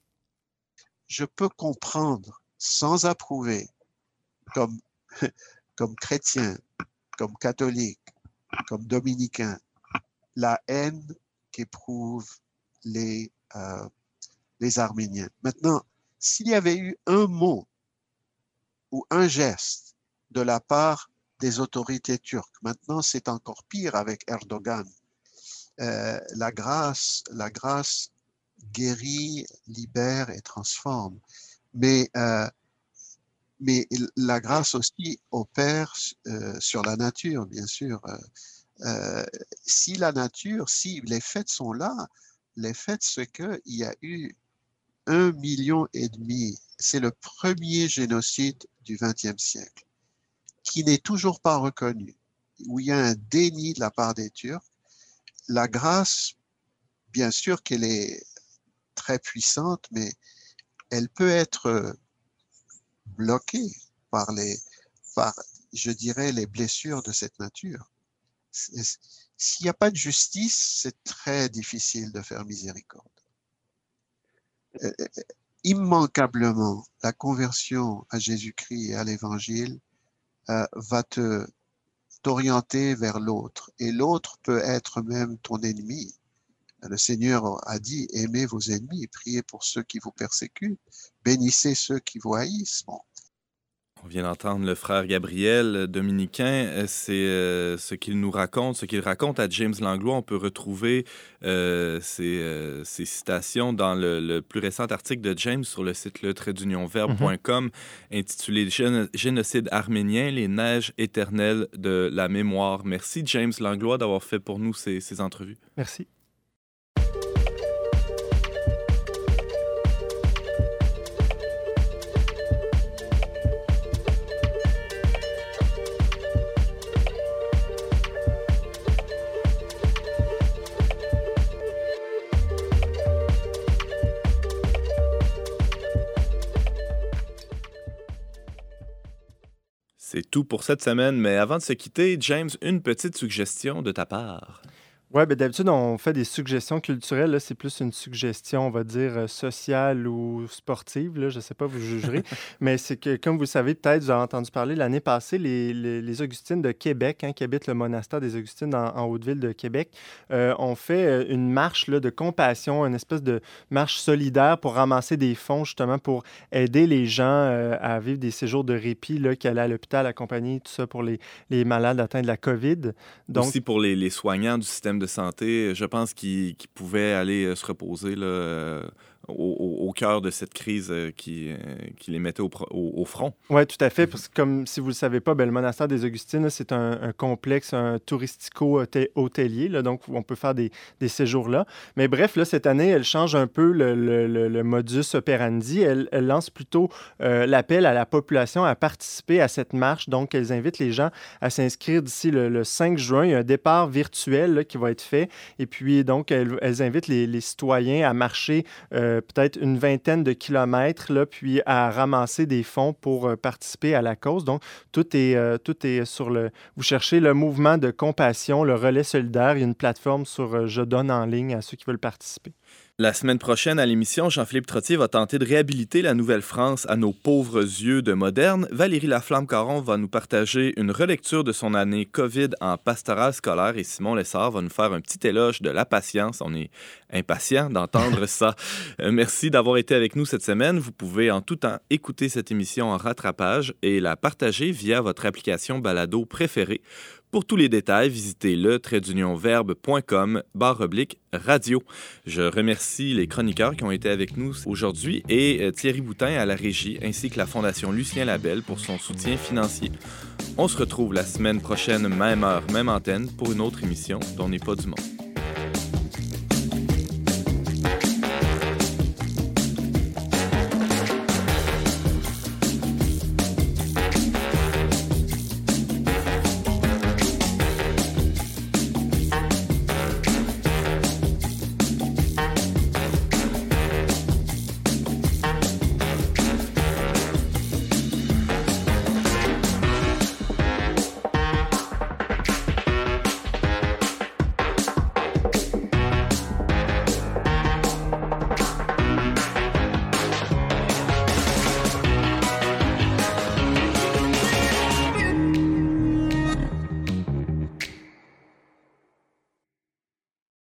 Je peux comprendre sans approuver, comme, comme chrétien, comme catholique, comme dominicain, la haine qu'éprouvent les, euh, les Arméniens. Maintenant, s'il y avait eu un mot ou un geste de la part des autorités turques, maintenant c'est encore pire avec Erdogan, euh, la grâce, la grâce guérit, libère et transforme. Mais, euh, mais la grâce aussi opère euh, sur la nature, bien sûr. Euh, euh, si la nature, si les faits sont là, les faits, c'est qu'il y a eu un million et demi. C'est le premier génocide du vingtième siècle, qui n'est toujours pas reconnu, où il y a un déni de la part des Turcs. La grâce, bien sûr qu'elle est très puissante, mais elle peut être bloquée par les, par, je dirais, les blessures de cette nature. S'il n'y a pas de justice, c'est très difficile de faire miséricorde. Euh, immanquablement, la conversion à Jésus-Christ et à l'Évangile euh, va te, t'orienter vers l'autre. Et l'autre peut être même ton ennemi. Le Seigneur a dit, aimez vos ennemis, priez pour ceux qui vous persécutent, bénissez ceux qui vous haïssent. Bon. On vient d'entendre le frère Gabriel, dominicain. C'est euh, ce qu'il nous raconte, ce qu'il raconte à James Langlois. On peut retrouver euh, ces, euh, ces citations dans le, le plus récent article de James sur le site le trait d'union verbe point com mm-hmm. intitulé Géno- Génocide arménien, les neiges éternelles de la mémoire. Merci, James Langlois, d'avoir fait pour nous ces, ces entrevues. Merci. C'est tout pour cette semaine, mais avant de se quitter, James, une petite suggestion de ta part. Oui, bien d'habitude, on fait des suggestions culturelles. Là, c'est plus une suggestion, on va dire, euh, sociale ou sportive. Là, je ne sais pas, vous jugerez. Mais c'est que, comme vous le savez, peut-être, vous avez entendu parler l'année passée, les, les, les Augustines de Québec, hein, qui habitent le monastère des Augustines en, en Haute-Ville de Québec, euh, ont fait une marche là, de compassion, une espèce de marche solidaire pour ramasser des fonds, justement, pour aider les gens euh, à vivre des séjours de répit, là, qui allaient à l'hôpital accompagner, tout ça pour les, les malades atteints de la COVID. Donc, aussi pour les, les soignants du système de santé, je pense qu'ils, qu'ils pouvaient aller se reposer là, euh, au, au cœur de cette crise euh, qui, euh, qui les mettait au, au, au front. Oui, tout à fait. Parce que comme si vous ne le savez pas, bien, le monastère des Augustines, là, c'est un, un complexe un touristico-hôtelier, là, donc on peut faire des, des séjours là. Mais bref, là, cette année, elle change un peu le, le, le, le modus operandi. Elle, elle lance plutôt euh, l'appel à la population à participer à cette marche. Donc, elle invite les gens à s'inscrire d'ici le, le cinq juin. Il y a un départ virtuel là, qui va être fait. Et puis, donc, elles, elles invitent les, les citoyens à marcher euh, peut-être une vingtaine de kilomètres, là, puis à ramasser des fonds pour euh, participer à la cause. Donc, tout est, euh, tout est sur le... Vous cherchez le mouvement de compassion, le relais solidaire. Il y a une plateforme sur euh, Je donne en ligne à ceux qui veulent participer. La semaine prochaine, à l'émission, Jean-Philippe Trottier va tenter de réhabiliter la Nouvelle-France à nos pauvres yeux de moderne. Valérie Laflamme-Caron va nous partager une relecture de son année COVID en pastoral scolaire et Simon Lessard va nous faire un petit éloge de la patience. On est impatient d'entendre ça. Euh, merci d'avoir été avec nous cette semaine. Vous pouvez en tout temps écouter cette émission en rattrapage et la partager via votre application balado préférée. Pour tous les détails, visitez le trait d'union verbe point com barre oblique radio. Je remercie les chroniqueurs qui ont été avec nous aujourd'hui et Thierry Boutin à la régie ainsi que la Fondation Lucien Labelle pour son soutien financier. On se retrouve la semaine prochaine, même heure, même antenne, pour une autre émission dont n'est pas du monde.